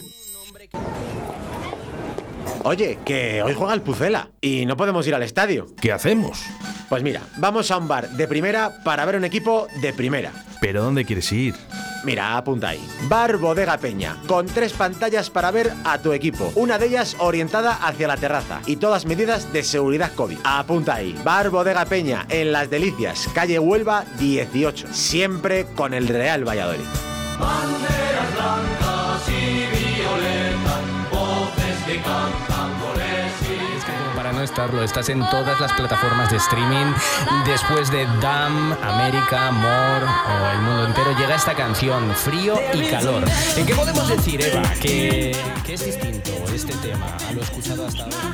Oye, que hoy juega el Pucela y no podemos ir al estadio.
¿Qué hacemos?
Pues mira, vamos a un bar de primera para ver un equipo de primera.
¿Pero dónde quieres ir?
Mira, apunta ahí. Bar Bodega Peña, con 3 pantallas para ver a tu equipo. Una de ellas orientada hacia la terraza y todas medidas de seguridad COVID. Apunta ahí. Bar Bodega Peña, en Las Delicias, calle Huelva 18. Siempre con el Real Valladolid.
Banderas blancas y violetas, voces que cantan.
Para no estarlo, estás en todas las plataformas de streaming. Después de Dam, América, More o El Mundo Entero, llega esta canción, Frío y Calor. ¿En qué podemos decir, Eva, que es distinto este tema a lo escuchado hasta ahora?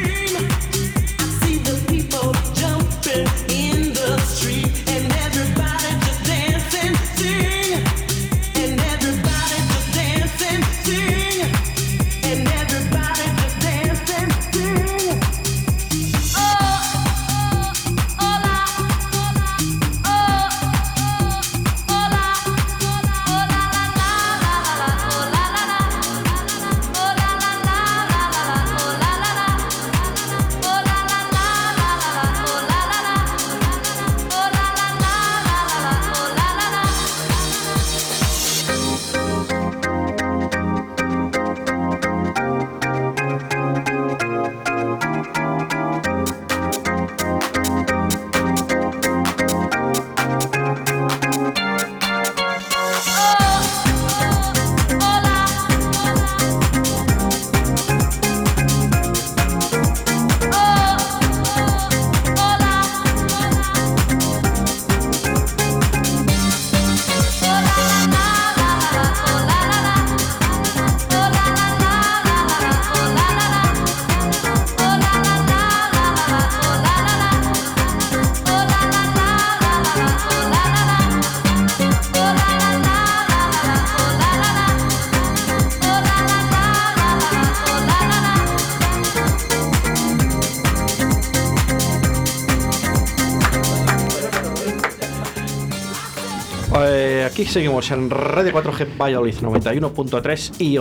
Aquí seguimos en Red 4G Valladolid 91.3 y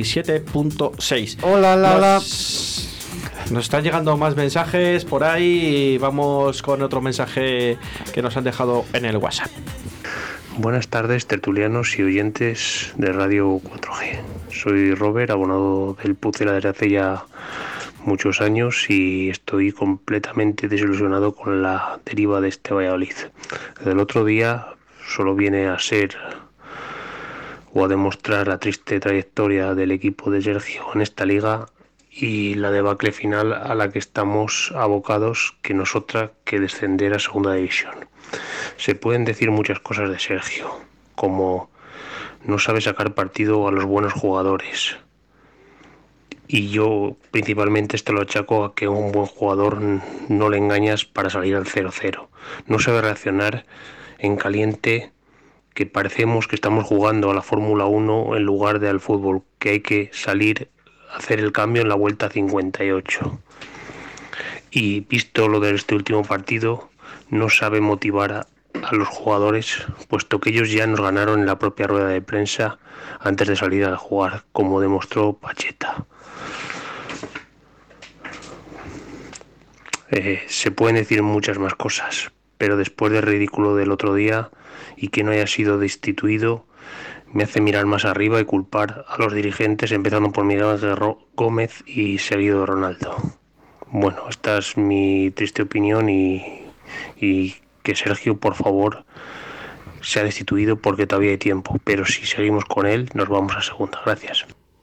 87.6.
Hola,
Nos están llegando más mensajes por ahí y vamos con otro mensaje que nos han dejado en el WhatsApp.
Buenas tardes, tertulianos y oyentes de Radio 4G. Soy Robert, abonado del Pucela desde hace ya muchos años y estoy completamente desilusionado con la deriva de este Valladolid. Desde el otro día solo viene a ser o a demostrar la triste trayectoria del equipo de Sergio en esta liga y la debacle final a la que estamos abocados, que no es otra que descender a segunda división. Se pueden decir muchas cosas de Sergio, como no sabe sacar partido a los buenos jugadores, y yo principalmente esto lo achaco a que a un buen jugador no le engañas para salir al 0-0. No sabe reaccionar en caliente, que parecemos que estamos jugando a la Fórmula 1 en lugar de al fútbol, que hay que salir a hacer el cambio en la vuelta 58. Y visto lo de este último partido, no sabe motivar a los jugadores, puesto que ellos ya nos ganaron en la propia rueda de prensa antes de salir a jugar, como demostró Pacheta. Se pueden decir muchas más cosas, pero después del ridículo del otro día y que no haya sido destituido, me hace mirar más arriba y culpar a los dirigentes, empezando por Miguel Ángel Gómez y seguido de Ronaldo. Bueno, esta es mi triste opinión y que Sergio, por favor, sea destituido porque todavía hay tiempo, pero si seguimos con él nos vamos a segunda. Gracias.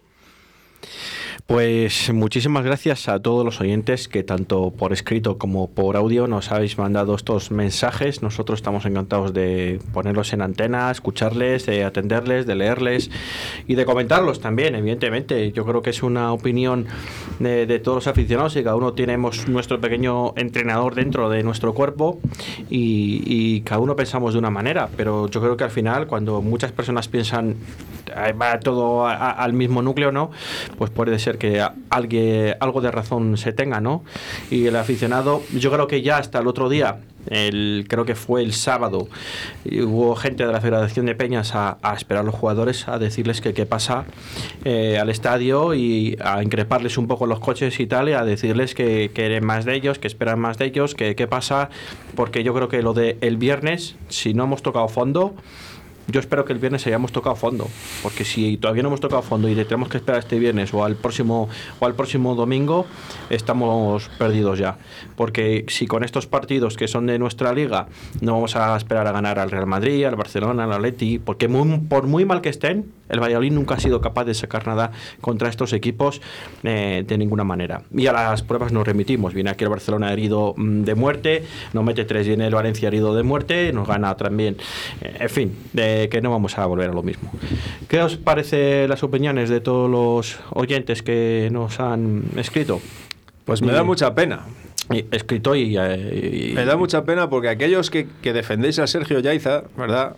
Pues muchísimas gracias a todos los oyentes que tanto por escrito como por audio nos habéis mandado estos mensajes. Nosotros estamos encantados de ponerlos en antena, escucharles, de atenderles, de leerles y de comentarlos también, evidentemente. Yo creo que es una opinión de todos los aficionados y cada uno tenemos nuestro pequeño entrenador dentro de nuestro cuerpo y cada uno pensamos de una manera, pero yo creo que al final cuando muchas personas piensan va todo al mismo núcleo, ¿no? Pues puede ser que algo de razón se tenga, ¿no? Y el aficionado, yo creo que ya hasta el otro día, creo que fue el sábado, hubo gente de la Federación de Peñas a esperar a los jugadores, a decirles que qué pasa al estadio y a increparles un poco los coches y tal, y a decirles que quieren más de ellos, que esperan más de ellos, que qué pasa, porque yo creo que lo de el viernes, si no hemos tocado fondo, yo espero que el viernes hayamos tocado fondo, porque si todavía no hemos tocado fondo y tenemos que esperar este viernes o al próximo domingo, estamos perdidos ya, porque si con estos partidos que son de nuestra liga no vamos a esperar a ganar al Real Madrid, al Barcelona, al Atleti, porque por muy mal que estén, el Valladolid nunca ha sido capaz de sacar nada contra estos equipos de ninguna manera. Y a las pruebas nos remitimos. Viene aquí el Barcelona herido de muerte, nos mete 3, viene el Valencia herido de muerte, nos gana también. En fin, que no vamos a volver a lo mismo. ¿Qué os parece las opiniones de todos los oyentes que nos han escrito?
Pues me da mucha pena.
Escrito
me da mucha pena porque aquellos que defendéis a Sergio Yaiza, ¿verdad?,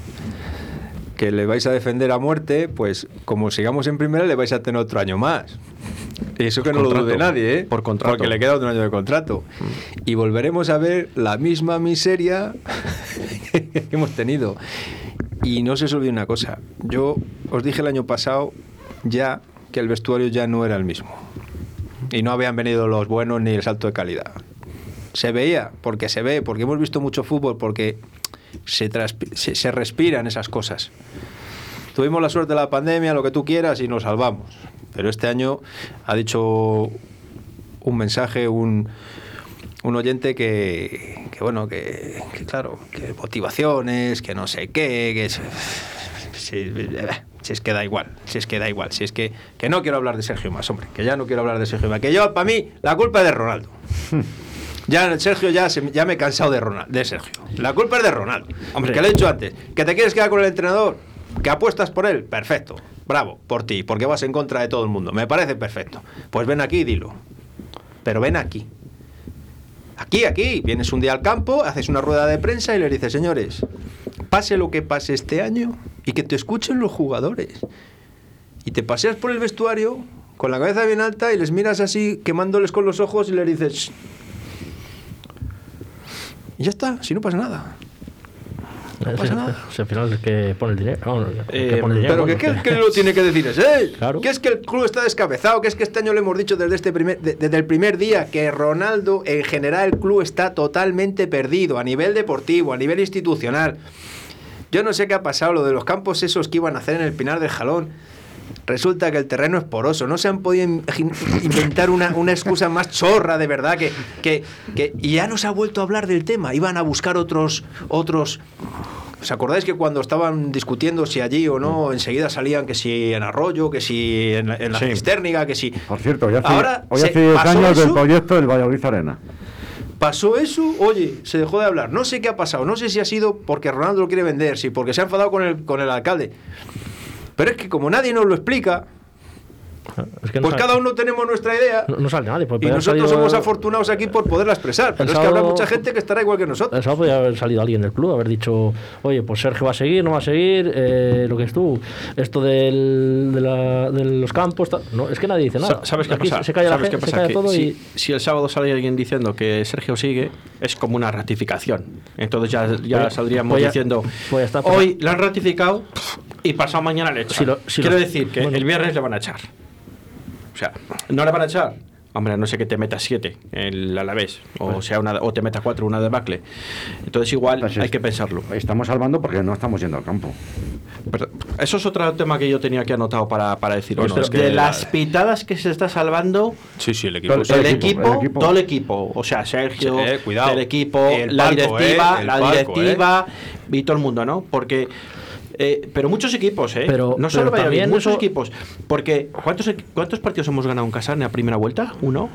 que le vais a defender a muerte, pues como sigamos en primera le vais a tener otro año más. Y eso que no lo dude nadie, ¿eh?
Por contrato.
Porque le queda otro año de contrato. Y volveremos a ver la misma miseria que hemos tenido. Y no se os olvide una cosa. Yo os dije el año pasado ya que el vestuario ya no era el mismo. Y no habían venido los buenos ni el salto de calidad. Se veía, porque hemos visto mucho fútbol, porque se respiran esas cosas. Tuvimos la suerte de la pandemia, lo que tú quieras, y nos salvamos. Pero este año ha dicho un mensaje, un oyente que claro, que motivaciones, que no sé qué, que si es que da igual, si es que no quiero hablar de Sergio más, hombre, que ya no quiero hablar de Sergio más, que yo, para mí, la culpa es de Ronaldo. Ya Sergio, ya me he cansado de Sergio. La culpa es de Ronaldo. Hombre, que le he dicho antes, que te quieres quedar con el entrenador, que apuestas por él, perfecto, bravo, por ti, porque vas en contra de todo el mundo, me parece perfecto. Pues ven aquí y dilo. Pero ven aquí. Aquí, vienes un día al campo, haces una rueda de prensa y le dices, señores, pase lo que pase este año y que te escuchen los jugadores. Y te paseas por el vestuario con la cabeza bien alta y les miras así, quemándoles con los ojos y les dices... Y ya está, si no pasa nada. No pasa nada.
Al final es que pone el dinero.
Pero ¿qué lo tiene que decir ese? Claro. Que es que el club está descabezado, que es que este año le hemos dicho desde el primer día que Ronaldo, en general, el club está totalmente perdido a nivel deportivo, a nivel institucional. Yo no sé qué ha pasado, lo de los campos esos que iban a hacer en el Pinar del Jalón. Resulta que el terreno es poroso. No se han podido inventar una excusa más chorra, de verdad, que y ya no se ha vuelto a hablar del tema. Iban a buscar otros. ¿Os acordáis que cuando estaban discutiendo si allí o no, enseguida salían que si en Arroyo, que si en la Cisterniga, que si...
Por cierto, hoy hace 10 años del proyecto del Valladolid Arena.
Pasó eso, oye, se dejó de hablar. No sé qué ha pasado, no sé si ha sido porque Ronaldo lo quiere vender, si porque se ha enfadado con el alcalde. Pero es que como nadie nos lo explica,
Es que
pues cada uno tenemos nuestra idea.
No sale nadie.
Y nosotros somos afortunados aquí por poderla expresar. Pero es que habrá mucha gente que estará igual que nosotros.
El sábado podría haber salido alguien del club, haber dicho, oye, pues Sergio va a seguir, no va a seguir, lo que es tú, esto de los campos. No, es que nadie dice nada.
¿Sabes qué pasa?
Se calla la gente, se calla todo
si el sábado sale alguien diciendo que Sergio sigue, es como una ratificación. Entonces ya saldríamos diciendo, hoy lo han ratificado y pasado mañana le echan. Quiero decir que el viernes le van a echar. O sea, no le van a echar. Hombre, no sé que te metas 7 el Alavés, o te metas 4, una debacle. Entonces igual hay que pensarlo.
Estamos salvando porque no estamos yendo al campo.
Pero eso es otro tema que yo tenía aquí anotado para decir.
Bueno, es que
de las pitadas que se está salvando,
sí, el equipo.
Todo el equipo. O sea, Sergio,
cuidado.
El equipo, la directiva y todo el mundo, ¿no? Porque pero muchos equipos, no solo Valladolid, muchos equipos. Porque ¿cuántos partidos hemos ganado en casa en la primera vuelta? ¿1?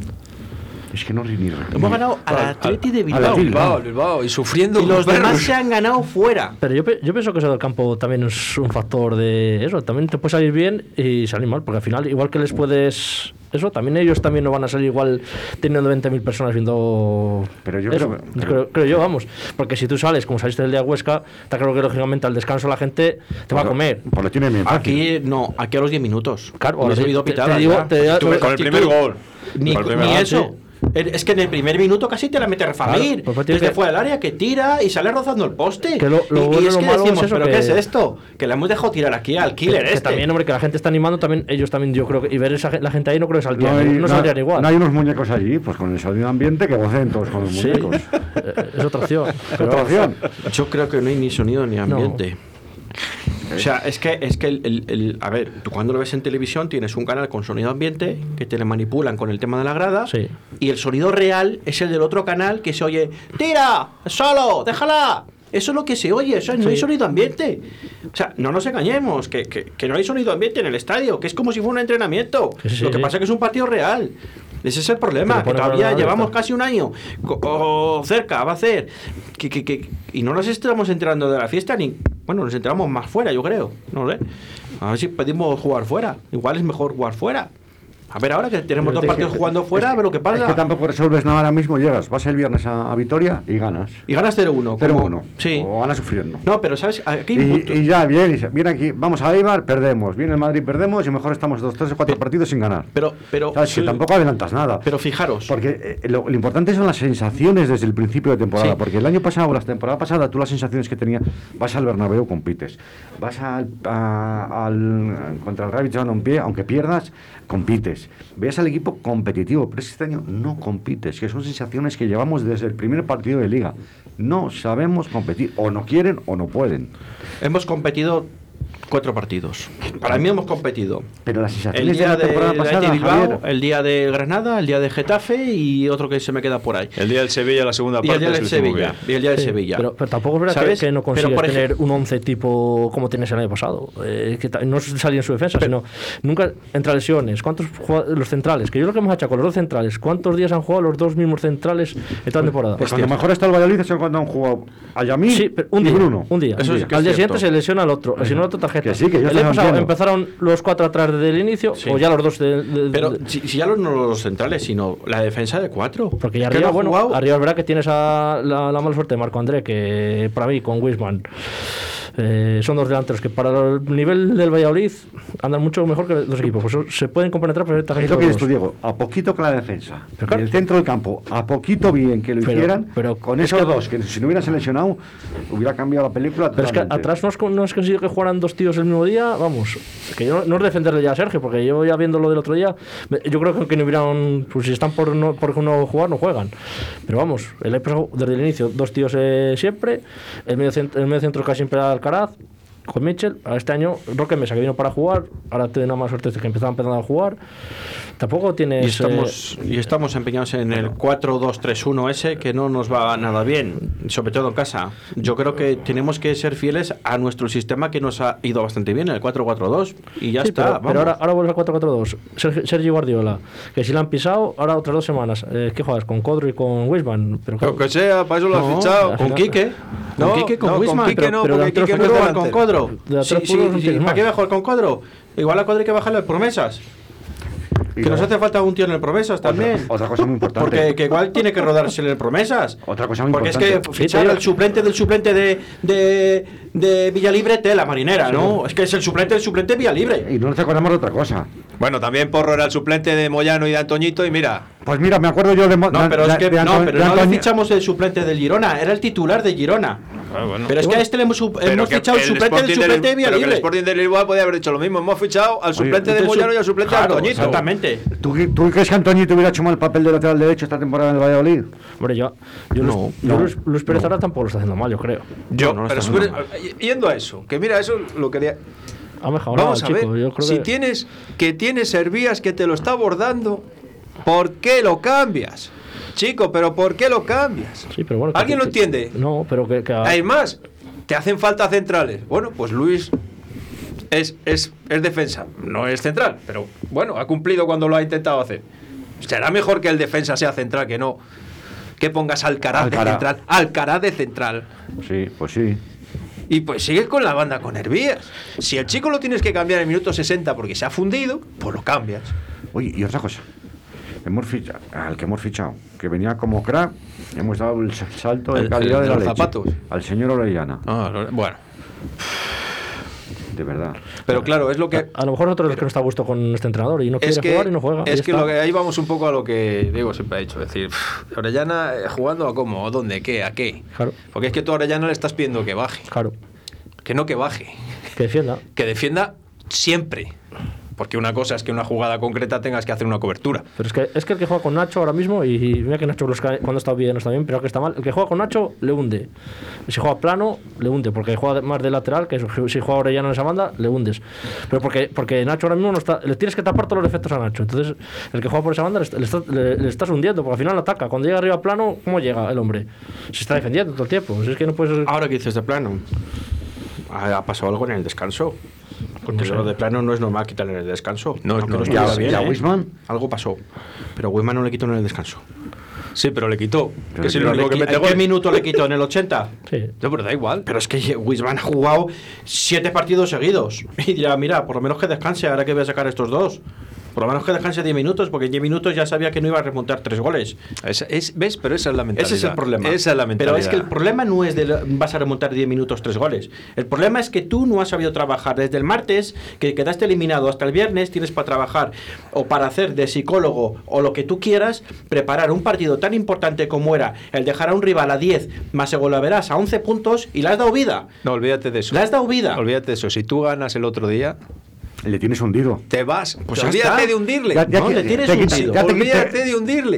Es que no ni
hemos ganado al Atleti de Bilbao.
Y sufriendo.
Y los demás se han ganado fuera.
Pero yo pienso que eso del campo también es un factor de eso. También te puede salir bien y salir mal. Porque al final, igual que les puedes... Eso, también ellos también no van a salir igual teniendo 20.000 personas viendo...
Pero yo
creo yo, vamos. Porque si tú sales, como saliste del día de Huesca, está claro que lógicamente al descanso la gente te va a comer.
Pues lo tiene bien fácil.
Aquí a los 10 minutos.
Claro,
les he oído pitadas.
Con el primer gol.
Ni eso. Es que en el primer minuto casi te la mete Refamir.
Claro,
desde fuera del área que tira y sale rozando el poste.
Que lo
y es que decimos, ¿pero qué es
esto?
esto? Que le hemos dejado tirar aquí al killer
que también, hombre, que la gente está animando, también ellos también, yo creo que, y ver la gente ahí no creo que saldrían, no saldrían igual.
No hay unos muñecos allí, pues con el sonido ambiente que gocen todos con los muñecos.
Es otra opción.
Otra opción.
Yo creo que no hay ni sonido ni ambiente. No. O sea, es que a ver, tú cuando lo ves en televisión tienes un canal con sonido ambiente que te le manipulan con el tema de la grada, y el sonido real es el del otro canal que se oye, ¡tira! ¡Solo! ¡Déjala! Eso es lo que se oye, no hay sonido ambiente. O sea, no nos engañemos, que no hay sonido ambiente en el estadio, que es como si fuera un entrenamiento. Lo que pasa es que es un partido real. Ese es el problema, que todavía llevamos casi un año cerca, va a hacer y no nos estamos enterando de la fiesta, bueno, nos enteramos más fuera, yo creo, no lo sé. A ver si pedimos jugar fuera, igual es mejor jugar fuera. A ver, ahora que tenemos 2 partidos jugando fuera, a ver lo que pasa.
Es que tampoco resuelves nada ahora mismo, vas el viernes a Vitoria y ganas.
Y ganas 0-1.
0-1.
Sí.
O ganas sufriendo.
No, pero ¿sabes? Aquí
y ya, viene aquí, vamos a Eibar, perdemos. Viene el Madrid, perdemos y mejor estamos 2, 3 o 4 partidos sin ganar.
Pero
¿sabes? Que tampoco adelantas nada.
Pero fijaros.
Porque lo importante son las sensaciones desde el principio de temporada. Porque el año pasado, la temporada pasada, tú las sensaciones que tenías, vas al Bernabéu, compites. Vas contra el Rabbit Balompié, aunque pierdas, compites. Ves al equipo competitivo, pero este año no compites, que son sensaciones que llevamos desde el primer partido de Liga. No sabemos competir, o no quieren o no pueden.
Hemos competido 4 partidos. Para mí hemos competido.
Pero las sensaciones
el día
de la temporada pasada,
Bilbao, el día de Granada, el día de Getafe y otro que se me queda por ahí.
El día del Sevilla, la segunda parte.
Y el día del Sevilla. Y el día del Sevilla.
Pero tampoco es verdad que no consigues tener un 11 tipo como tienes el año pasado. Que no salía en su defensa, sino nunca entra lesiones. ¿Cuántos los centrales? Que yo lo que hemos hecho con los 2 centrales. ¿Cuántos días han jugado los 2 mismos centrales en toda temporada?
Pues cuando mejor está el Valladolid es cuando han jugado a Yamil y Bruno.
Un día. Al día siguiente se lesiona al otro. Si no, el otro tarjeta.
Que sí, que yo
empezaron los 4 atrás desde el inicio, o ya los 2
pero si ya no los centrales, sino la defensa de 4.
Porque ya arriba, arriba es verdad que tienes a la mala suerte de Marco André, que para mí con Wisman son 2 delanteros que para el nivel del Valladolid andan mucho mejor que los equipos, pues se pueden compenetrar perfectamente.
Es lo que dices tú, Diego, a poquito que la defensa, en el centro del campo, a poquito bien que lo hicieran, pero con esos 2, que si no hubieran seleccionado, hubiera cambiado la película totalmente.
Pero es que atrás no es conseguido que jugaran 2 tíos el mismo día, vamos, que yo no es defenderle ya a Sergio, porque yo ya viendo lo del otro día, yo creo que aunque no hubieran, pues si están por no jugar, no juegan. Pero vamos, el pasado desde el inicio, 2 tíos siempre, el medio centro casi siempre Alcaraz, con Mitchell. Este año Roque Mesa, que vino para jugar, ahora tiene una más suerte de que empezando a jugar. Tampoco tienes...
Y estamos empeñados en el 4-2-3-1 ese, que no nos va nada bien, sobre todo en casa. Yo creo que tenemos que ser fieles a nuestro sistema, que nos ha ido bastante bien, el 4-4-2, y ya está.
Pero ahora vuelve al 4-4-2. Sergio Guardiola, que si la han pisado, ahora otras 2 semanas. ¿Qué juegas? ¿Con Codro y con Wisman?
Pero que sea, para eso lo has fichado.
¿Con Quique? ¿Con Quique, con Wisman?
Quique no,
pero
porque Quique
no
no es
juega con Codro.
Sí,
¿Para qué va a jugar con Codro? Igual a Codro hay que bajarle promesas. Que nos hace falta un tío en el promesas también.
Otra cosa muy importante.
Porque que igual tiene que rodarse en el promesas.
Otra cosa muy
porque
importante.
Porque es que fichar al suplente del suplente de Villalibre, tela marinera, ¿no? Es que es el suplente del suplente de Villalibre.
Y no nos acordamos de otra cosa.
Bueno, también Porro era el suplente de Moyano y de Antoñito y mira.
Pues mira, me acuerdo yo de...
No, pero es que no le
Antoñi-
fichamos el suplente del Girona, era el titular de Girona.
Bueno.
Pero es que a este le hemos fichado el suplente del suplente de
Pero que el
Villalibre.
Sporting de Lisboa podía haber hecho lo mismo. Hemos fichado al suplente de Moyano y al suplente de Antoñito.
Exactamente.
¿Tú crees que Antoñito hubiera hecho mal el papel de lateral derecho esta temporada en el Valladolid?
Hombre, Luis Pérez ahora tampoco lo está haciendo mal, yo creo.
Yendo a eso, que mira, eso lo quería...
Ha mejorado,
Vamos a ver,
chico, yo creo
si
que...
tienes Servías que te lo está abordando, ¿por qué lo cambias? Chico, pero ¿por qué lo cambias?
Sí, pero bueno,
¿Alguien lo entiende?
No, pero que...
Hay más, te hacen falta centrales. Bueno, pues Luis es defensa, no es central, pero bueno, ha cumplido cuando lo ha intentado hacer. Será mejor que el defensa sea central que no que pongas Alcaraz de central. Alcaraz de central.
Sí, pues sí.
Y pues sigues con la banda con Hervías. Si el chico lo tienes que cambiar en el minuto 60 porque se ha fundido, pues lo cambias.
Oye, y otra cosa. Al que hemos fichado, que venía como crack, hemos dado el salto de calidad de la
los
leche.
zapatos.
Al señor Orellana.
Bueno.
De verdad.
Pero claro, es lo que...
A lo mejor nosotros es que no está a gusto con este entrenador y no quiere jugar y no juega.
Es que ahí vamos un poco a lo que Diego siempre ha dicho. Es decir, Orellana jugando a cómo, a dónde, qué, a qué.
Claro.
Porque es que tú a Orellana le estás pidiendo que baje.
Claro.
Que no que baje.
Que defienda.
Que defienda siempre. Porque una cosa es que una jugada concreta tengas que hacer una cobertura.
Pero es que el que juega con Nacho ahora mismo, y mira que Nacho cuando está bien no está bien, pero que está mal, el que juega con Nacho le hunde. Si juega plano, le hunde, porque juega más de lateral, que si juega Orellana en esa banda, le hundes. Pero porque Nacho ahora mismo no está, le tienes que tapar todos los defectos a Nacho. Entonces, el que juega por esa banda le estás hundiendo, porque al final ataca. Cuando llega arriba plano, ¿cómo llega el hombre? Se está defendiendo todo el tiempo. Es que no puedes...
Ahora que dices de plano, ha pasado algo en el descanso. Porque lo de plano no es normal quitarle en el descanso. No es normal.
¿Y a Wisman?
Algo pasó. Pero Wisman no le quitó en el descanso.
Sí, pero le quitó.
Que es el único que mete gol. ¿En qué minuto le quitó? ¿En el 80?
Sí.
No, pero da igual.
Pero es que Wisman ha jugado 7 partidos seguidos. Y dirá, mira, por lo menos que descanse, ahora que voy a sacar estos 2. Por lo menos que descanse 10 minutos, porque en 10 minutos ya sabía que no iba a remontar 3 goles.
¿Ves? Pero esa es la mentalidad.
Ese es el problema.
Esa es la mentalidad.
Pero es que el problema no es vas a remontar 10 minutos 3 goles. El problema es que tú no has sabido trabajar desde el martes, que quedaste eliminado, hasta el viernes, tienes para trabajar o para hacer de psicólogo o lo que tú quieras, preparar un partido tan importante como era el dejar a un rival a 10 más se verás a 11 puntos y le has dado vida.
No, olvídate de eso.
Le has dado vida.
Olvídate de eso. Si tú ganas el otro día...
Le tienes hundido.
Te vas.
Pues
olvídate de hundirle.
Le tienes hundido.
Olvídate de hundirle.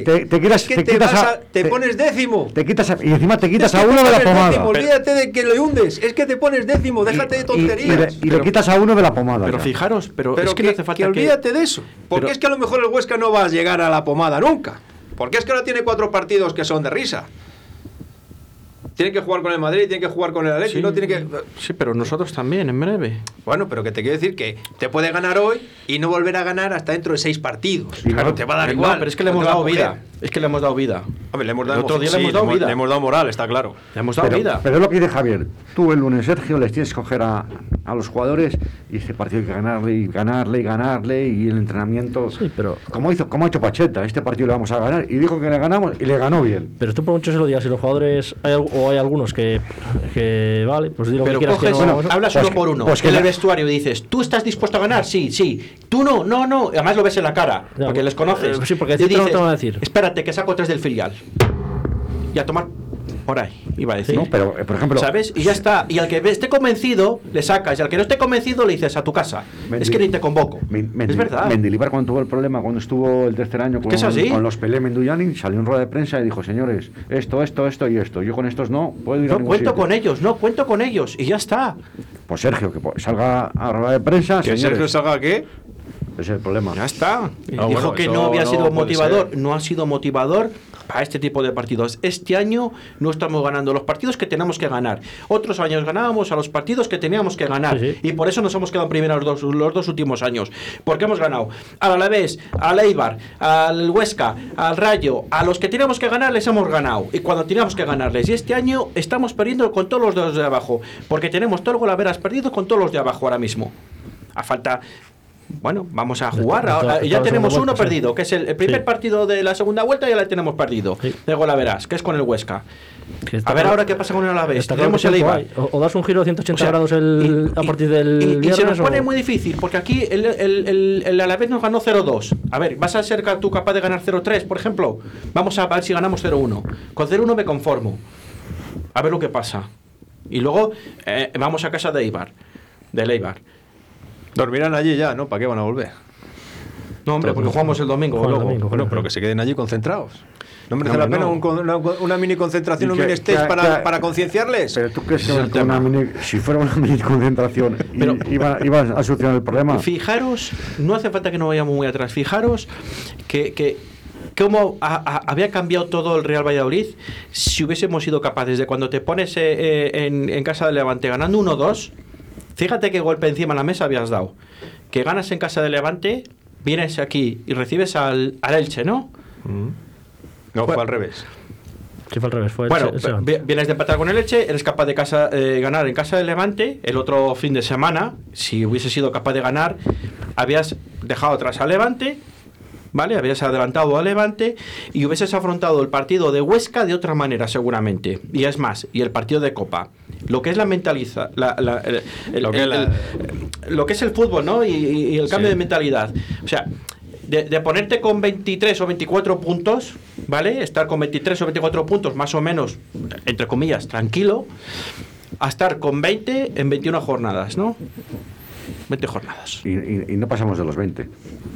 Te pones décimo.
Y encima te quitas a uno de la pomada.
Olvídate de que le hundes. Es que te pones décimo. Déjate de tonterías.
Y le quitas a uno de la pomada.
Pero fijaros, pero es que no hace falta
que olvídate de eso. Porque es que a lo mejor el Huesca no va a llegar a la pomada nunca. Porque es que ahora tiene 4 partidos que son de risa. Tiene que jugar con el Madrid, tiene que jugar con el Atleti, no tiene que...
Sí, pero nosotros también, en breve.
Bueno, pero que te quiero decir que te puede ganar hoy y no volver a ganar hasta dentro de 6 partidos. Claro, te va a dar igual.
No, pero es que le hemos dado vida. Es que le hemos dado vida.
Hombre, le hemos dado,
otro día le hemos dado vida.
Le hemos dado moral, está claro.
Le hemos dado vida.
Pero es lo que dice Javier. Tú el lunes, Sergio, les tienes que coger a los jugadores y este partido hay que ganarle y el entrenamiento...
Sí, pero...
Como ha hecho Pacheta, este partido le vamos a ganar y dijo que le ganamos y le ganó bien.
Pero tú por mucho se lo digas, si los jugadores hay algunos que vale, pues di lo que quieras.
Coges, hablas uno por uno.
Pues
en el vestuario y dices, ¿tú estás dispuesto a ganar? Sí, sí. Tú no. Además lo ves en la cara, porque les conoces.
Sí, porque
dices,
no te van a decir.
Espérate, que saco 3 del filial. Y a tomar por ahí, iba a decir.
No, pero, por ejemplo...
¿Sabes? Y ya está. Y al que esté convencido, le sacas. Y al que no esté convencido, le dices a tu casa. Es que ni te convoco. Es verdad.
Mendilibar, cuando tuvo el problema, cuando estuvo el tercer año con los Pelé Menduyani, salió en rueda de prensa y dijo, señores, esto y esto. Yo con estos no puedo ir a ningún sitio.
Cuento con ellos. Y ya está.
Pues Sergio, que salga a rueda de prensa.
¿Que Sergio salga a qué?
Ese es el problema.
Ya está. Dijo que no había sido motivador. No ha sido motivador para este tipo de partidos. Este año no estamos ganando los partidos que tenemos que ganar. Otros años ganábamos a los partidos que teníamos que ganar. Sí. Y por eso nos hemos quedado primero los dos últimos años. Porque hemos ganado al Alavés, al Eibar, al Huesca, al Rayo. A los que teníamos que ganar les hemos ganado. Y cuando teníamos que ganarles. Y este año estamos perdiendo con todos los de abajo. Porque tenemos todo el Golaveras perdido con todos los de abajo ahora mismo. A falta... Bueno, vamos a jugar. Ahora, ya tenemos uno perdido, que es el primer partido de la segunda vuelta, ya la tenemos perdido. De Golaveras, que es con el Huesca. A ver ahora qué pasa con el Alavés. Tenemos el Eibar.
O das un giro de 180 grados a partir del viernes.
Y se nos pone muy difícil, porque aquí el Alavés nos ganó 0-2. A ver, ¿vas a ser tú capaz de ganar 0-3, por ejemplo? Vamos a ver si ganamos 0-1. Con 0-1 me conformo. A ver lo que pasa. Y luego vamos a casa de Eibar. Del Eibar.
Dormirán allí ya, ¿no? ¿Para qué van a volver?
No, hombre, porque jugamos el domingo.
Bueno, pero que se queden allí concentrados. ¿No merece la pena una mini concentración, un mini stage para concienciarles?
Pero tú crees que si fuera una mini concentración iba a solucionar el problema.
Fijaros, no hace falta que nos vayamos muy atrás. Fijaros que cómo había cambiado todo el Real Valladolid si hubiésemos sido capaces de, cuando te pones en casa del Levante ganando 1-2. Fíjate qué golpe encima de la mesa habías dado. Que ganas en casa de Levante, vienes aquí y recibes al Elche, ¿no?
No, fue al revés.
Sí, fue al revés.
Bueno, vienes de empatar con el Elche, eres capaz de ganar en casa de Levante. El otro fin de semana, si hubiese sido capaz de ganar, habías dejado atrás al Levante, ¿vale? Habías adelantado al Levante y hubieses afrontado el partido de Huesca de otra manera, seguramente. Y es más, y el partido de Copa. Lo que es lo que es el fútbol, ¿no? Y el cambio de mentalidad. O sea, de ponerte con 23 o 24 puntos, ¿vale? Estar con 23 o 24 puntos, más o menos, entre comillas, tranquilo, a estar con 20 en 21 jornadas, ¿no? 20 jornadas.
Y no pasamos de los 20.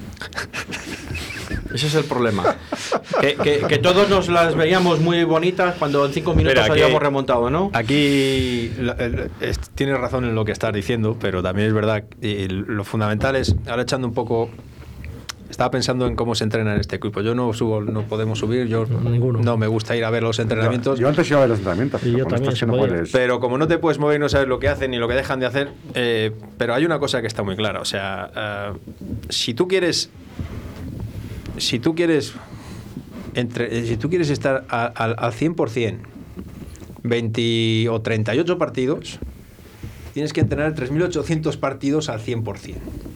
Ese es el problema. Que todos nos las veíamos muy bonitas cuando en 5 minutos habíamos remontado, ¿no?
Aquí tienes razón en lo que estás diciendo, pero también es verdad, y lo fundamental es, ahora echando un poco... Estaba pensando en cómo se entrena en este equipo. Yo no podemos subir, no me gusta ir a ver los entrenamientos.
Yo antes iba a ver los entrenamientos.
Y yo también,
pero como no te puedes mover y no sabes lo que hacen ni lo que dejan de hacer, pero hay una cosa que está muy clara. O sea, si tú quieres estar al 100%, 20 o 38 partidos, tienes que entrenar 3.800 partidos al 100%.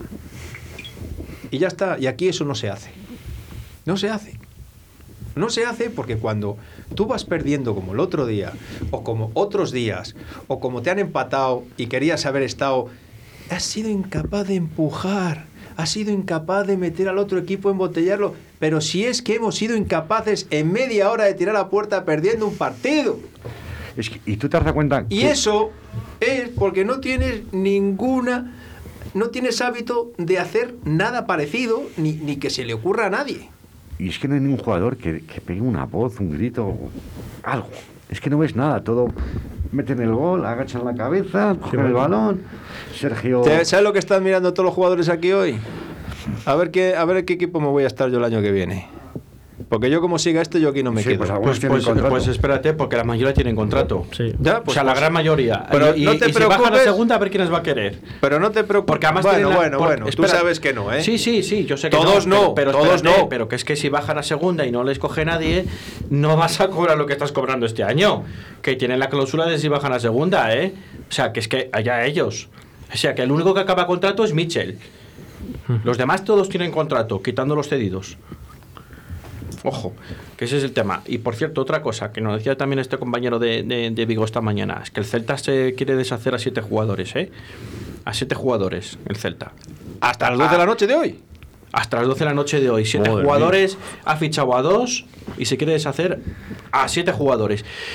Y ya está, y aquí eso no se hace. No se hace. No se hace porque cuando tú vas perdiendo como el otro día, o como otros días, o como te han empatado y querías haber estado, has sido incapaz de empujar, has sido incapaz de meter al otro equipo, embotellarlo. Pero si es que hemos sido incapaces en media hora de tirar a puerta perdiendo un partido.
Y tú te das cuenta...
Y eso es porque no tienes no tienes hábito de hacer nada parecido, ni que se le ocurra a nadie.
Y es que no hay ningún jugador que pegue una voz, un grito, algo. Es que no ves nada, todo... Meten el gol, agachan la cabeza, cogen el balón. Sergio...
¿Sabes lo que están mirando todos los jugadores aquí hoy? A ver qué equipo me voy a estar yo el año que viene. Porque yo, como siga esto, yo aquí no me quedo.
Pues espérate, porque la mayoría tienen contrato.
Sí.
Ya,
o sea, la gran mayoría.
Pero
y
no te
y
preocupes.
Si bajan a la segunda, a ver quiénes va a querer.
Pero no te preocupes.
Porque además
bueno, tú sabes que no, ¿eh?
Sí, yo sé que
todos
no.
Pero
Todos
espérate,
no. Pero que es que si bajan a segunda y no les coge nadie, no vas a cobrar lo que estás cobrando este año. Que tienen la cláusula de si bajan a segunda, ¿eh? O sea, que es que allá ellos. O sea, que el único que acaba contrato es Mitchell. Los demás todos tienen contrato, quitando los cedidos. Ojo, que ese es el tema. Y por cierto, otra cosa que nos decía también este compañero de Vigo esta mañana, es que el Celta se quiere deshacer a 7 jugadores, ¿eh? A 7 jugadores, el Celta.
¿Hasta las 12 de la noche de hoy?
Hasta las 12 de la noche de hoy. 7 jugadores, ha fichado a 2 y se quiere deshacer a 7 jugadores.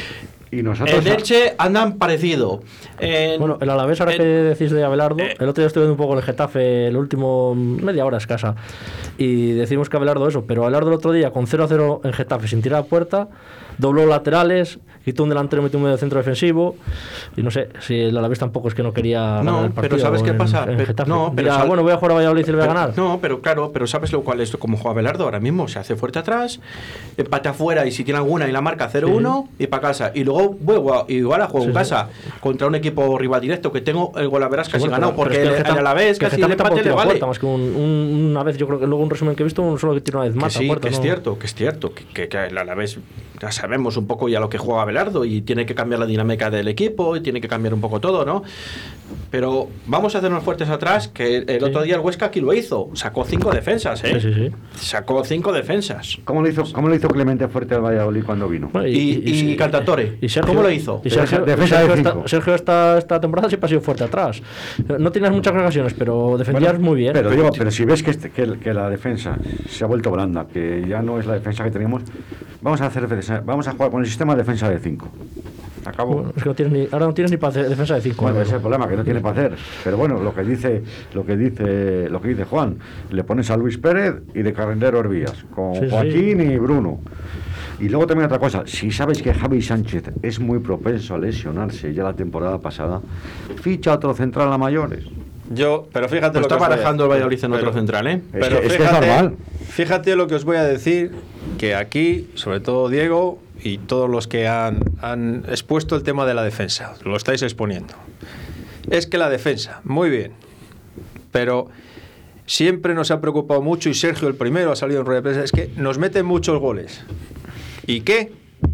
Y nosotros...
En Elche andan parecido.
Bueno, el Alavés, ahora que decís de Abelardo, el otro día estuve viendo un poco el Getafe, el último media hora escasa, y decimos que Abelardo eso, pero Abelardo el otro día con 0-0 en Getafe sin tirar a puerta, dobló laterales, quitó un delantero, metió un medio centro defensivo, y no sé, si el Alavés tampoco es que no quería ganar el partido.
Pero ¿sabes qué pasa?
En Getafe.
No, pero
Dirá, bueno, voy a jugar a Valladolid y le voy a ganar.
No, pero claro, pero ¿sabes lo cual es como juega Abelardo ahora mismo? Se hace fuerte atrás, empate afuera y si tiene alguna y la marca 0-1 y para casa. Y luego igual a juego en casa contra un equipo rival directo que tengo el Golaveras casi ganado porque el Alavés casi el empate le vale.
Más que una vez, yo creo que luego un resumen que he visto, solo que tira una vez más.
Sí, que es cierto, que el Alavés ya sabemos un poco ya lo que juega Abelardo y tiene que cambiar la dinámica del equipo y tiene que cambiar un poco todo, ¿no? Pero vamos a hacernos fuertes atrás, que el otro día el Huesca aquí lo hizo, sacó 5 defensas, ¿eh?
Sí.
Sacó 5 defensas.
¿Cómo lo hizo Clemente fuerte al Valladolid cuando vino?
Y Cantatore.
¿Y Sergio,
cómo lo hizo?
Y Sergio esta temporada siempre ha sido fuerte atrás. No tienes muchas ocasiones, pero defendías muy bien.
Pero si ves que la defensa se ha vuelto blanda, que ya no es la defensa que teníamos, vamos a jugar con el sistema de defensa de 5. Acabo.
Bueno, es que ahora no tienes ni para hacer defensa de 5.
Bueno, ese es el problema, que no tienes para hacer. Pero bueno, lo que dice Juan, le pones a Luis Pérez y de carrilero Hervías, con Joaquín y Bruno. Y luego también otra cosa, si sabes que Javi Sánchez es muy propenso a lesionarse ya la temporada pasada, ficha otro central a mayores.
Pero fíjate lo que
está barajando el Valladolid en otro central, ¿eh?
Pero
es que es normal.
Fíjate lo que os voy a decir, que aquí, sobre todo Diego y todos los que han expuesto el tema de la defensa, lo estáis exponiendo. Es que la defensa, muy bien, pero siempre nos ha preocupado mucho, y Sergio el primero ha salido en rueda de prensa, es que nos meten muchos goles. ¿Y qué?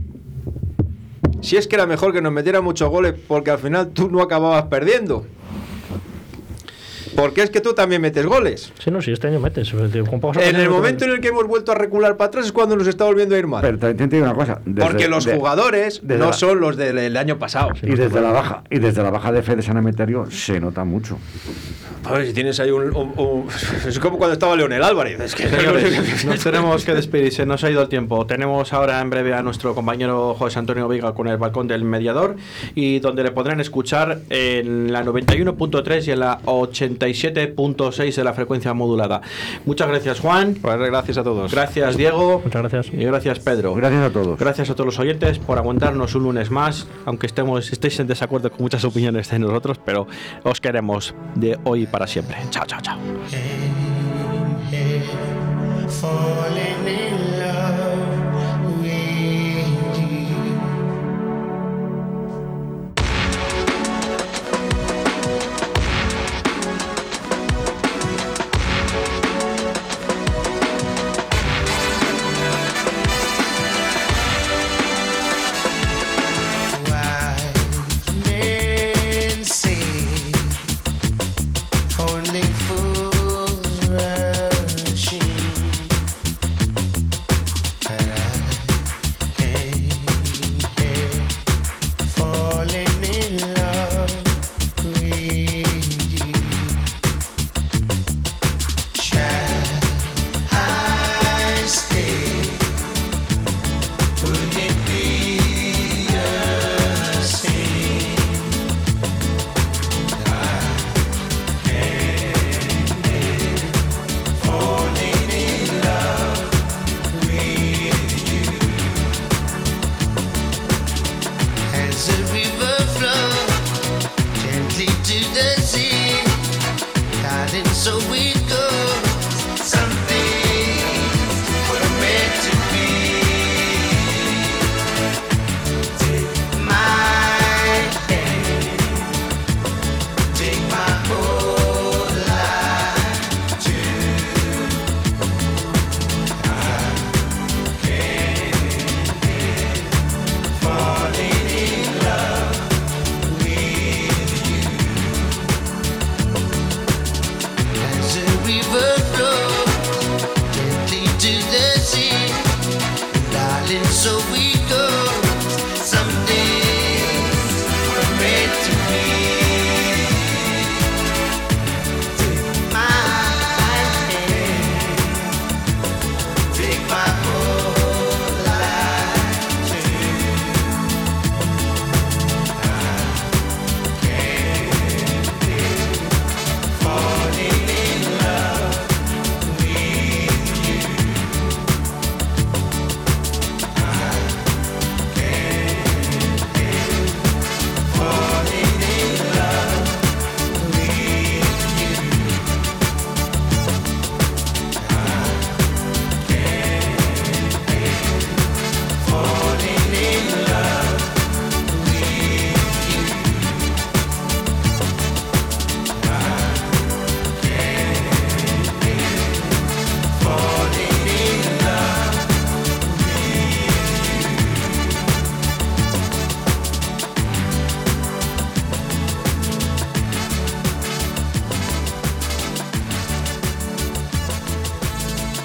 Si es que era mejor que nos metieran muchos goles, porque al final tú no acababas perdiendo. Porque es que tú también metes goles.
Sí, este año metes.
En el momento en el que hemos vuelto a recular para atrás es cuando nos está volviendo a ir mal.
Pero te digo una cosa.
Porque los jugadores no son los del año pasado.
Y desde la baja de Fede San Emeterio se nota mucho.
A ver, si tienes ahí es como cuando estaba Leonel Álvarez. Es que
señores, nos tenemos que despedir, se nos ha ido el tiempo. Tenemos ahora en breve a nuestro compañero José Antonio Viga con el balcón del mediador, y donde le podrán escuchar en la 91.3 y en la 87.6 de la frecuencia modulada. Muchas gracias, Juan.
Pues gracias a todos.
Gracias, Diego.
Muchas gracias.
Y gracias, Pedro.
Gracias a todos.
Gracias a todos los oyentes por aguantarnos un lunes más, aunque estéis en desacuerdo con muchas opiniones de nosotros, pero os queremos de hoy para siempre. Chao, chao, chao.
Every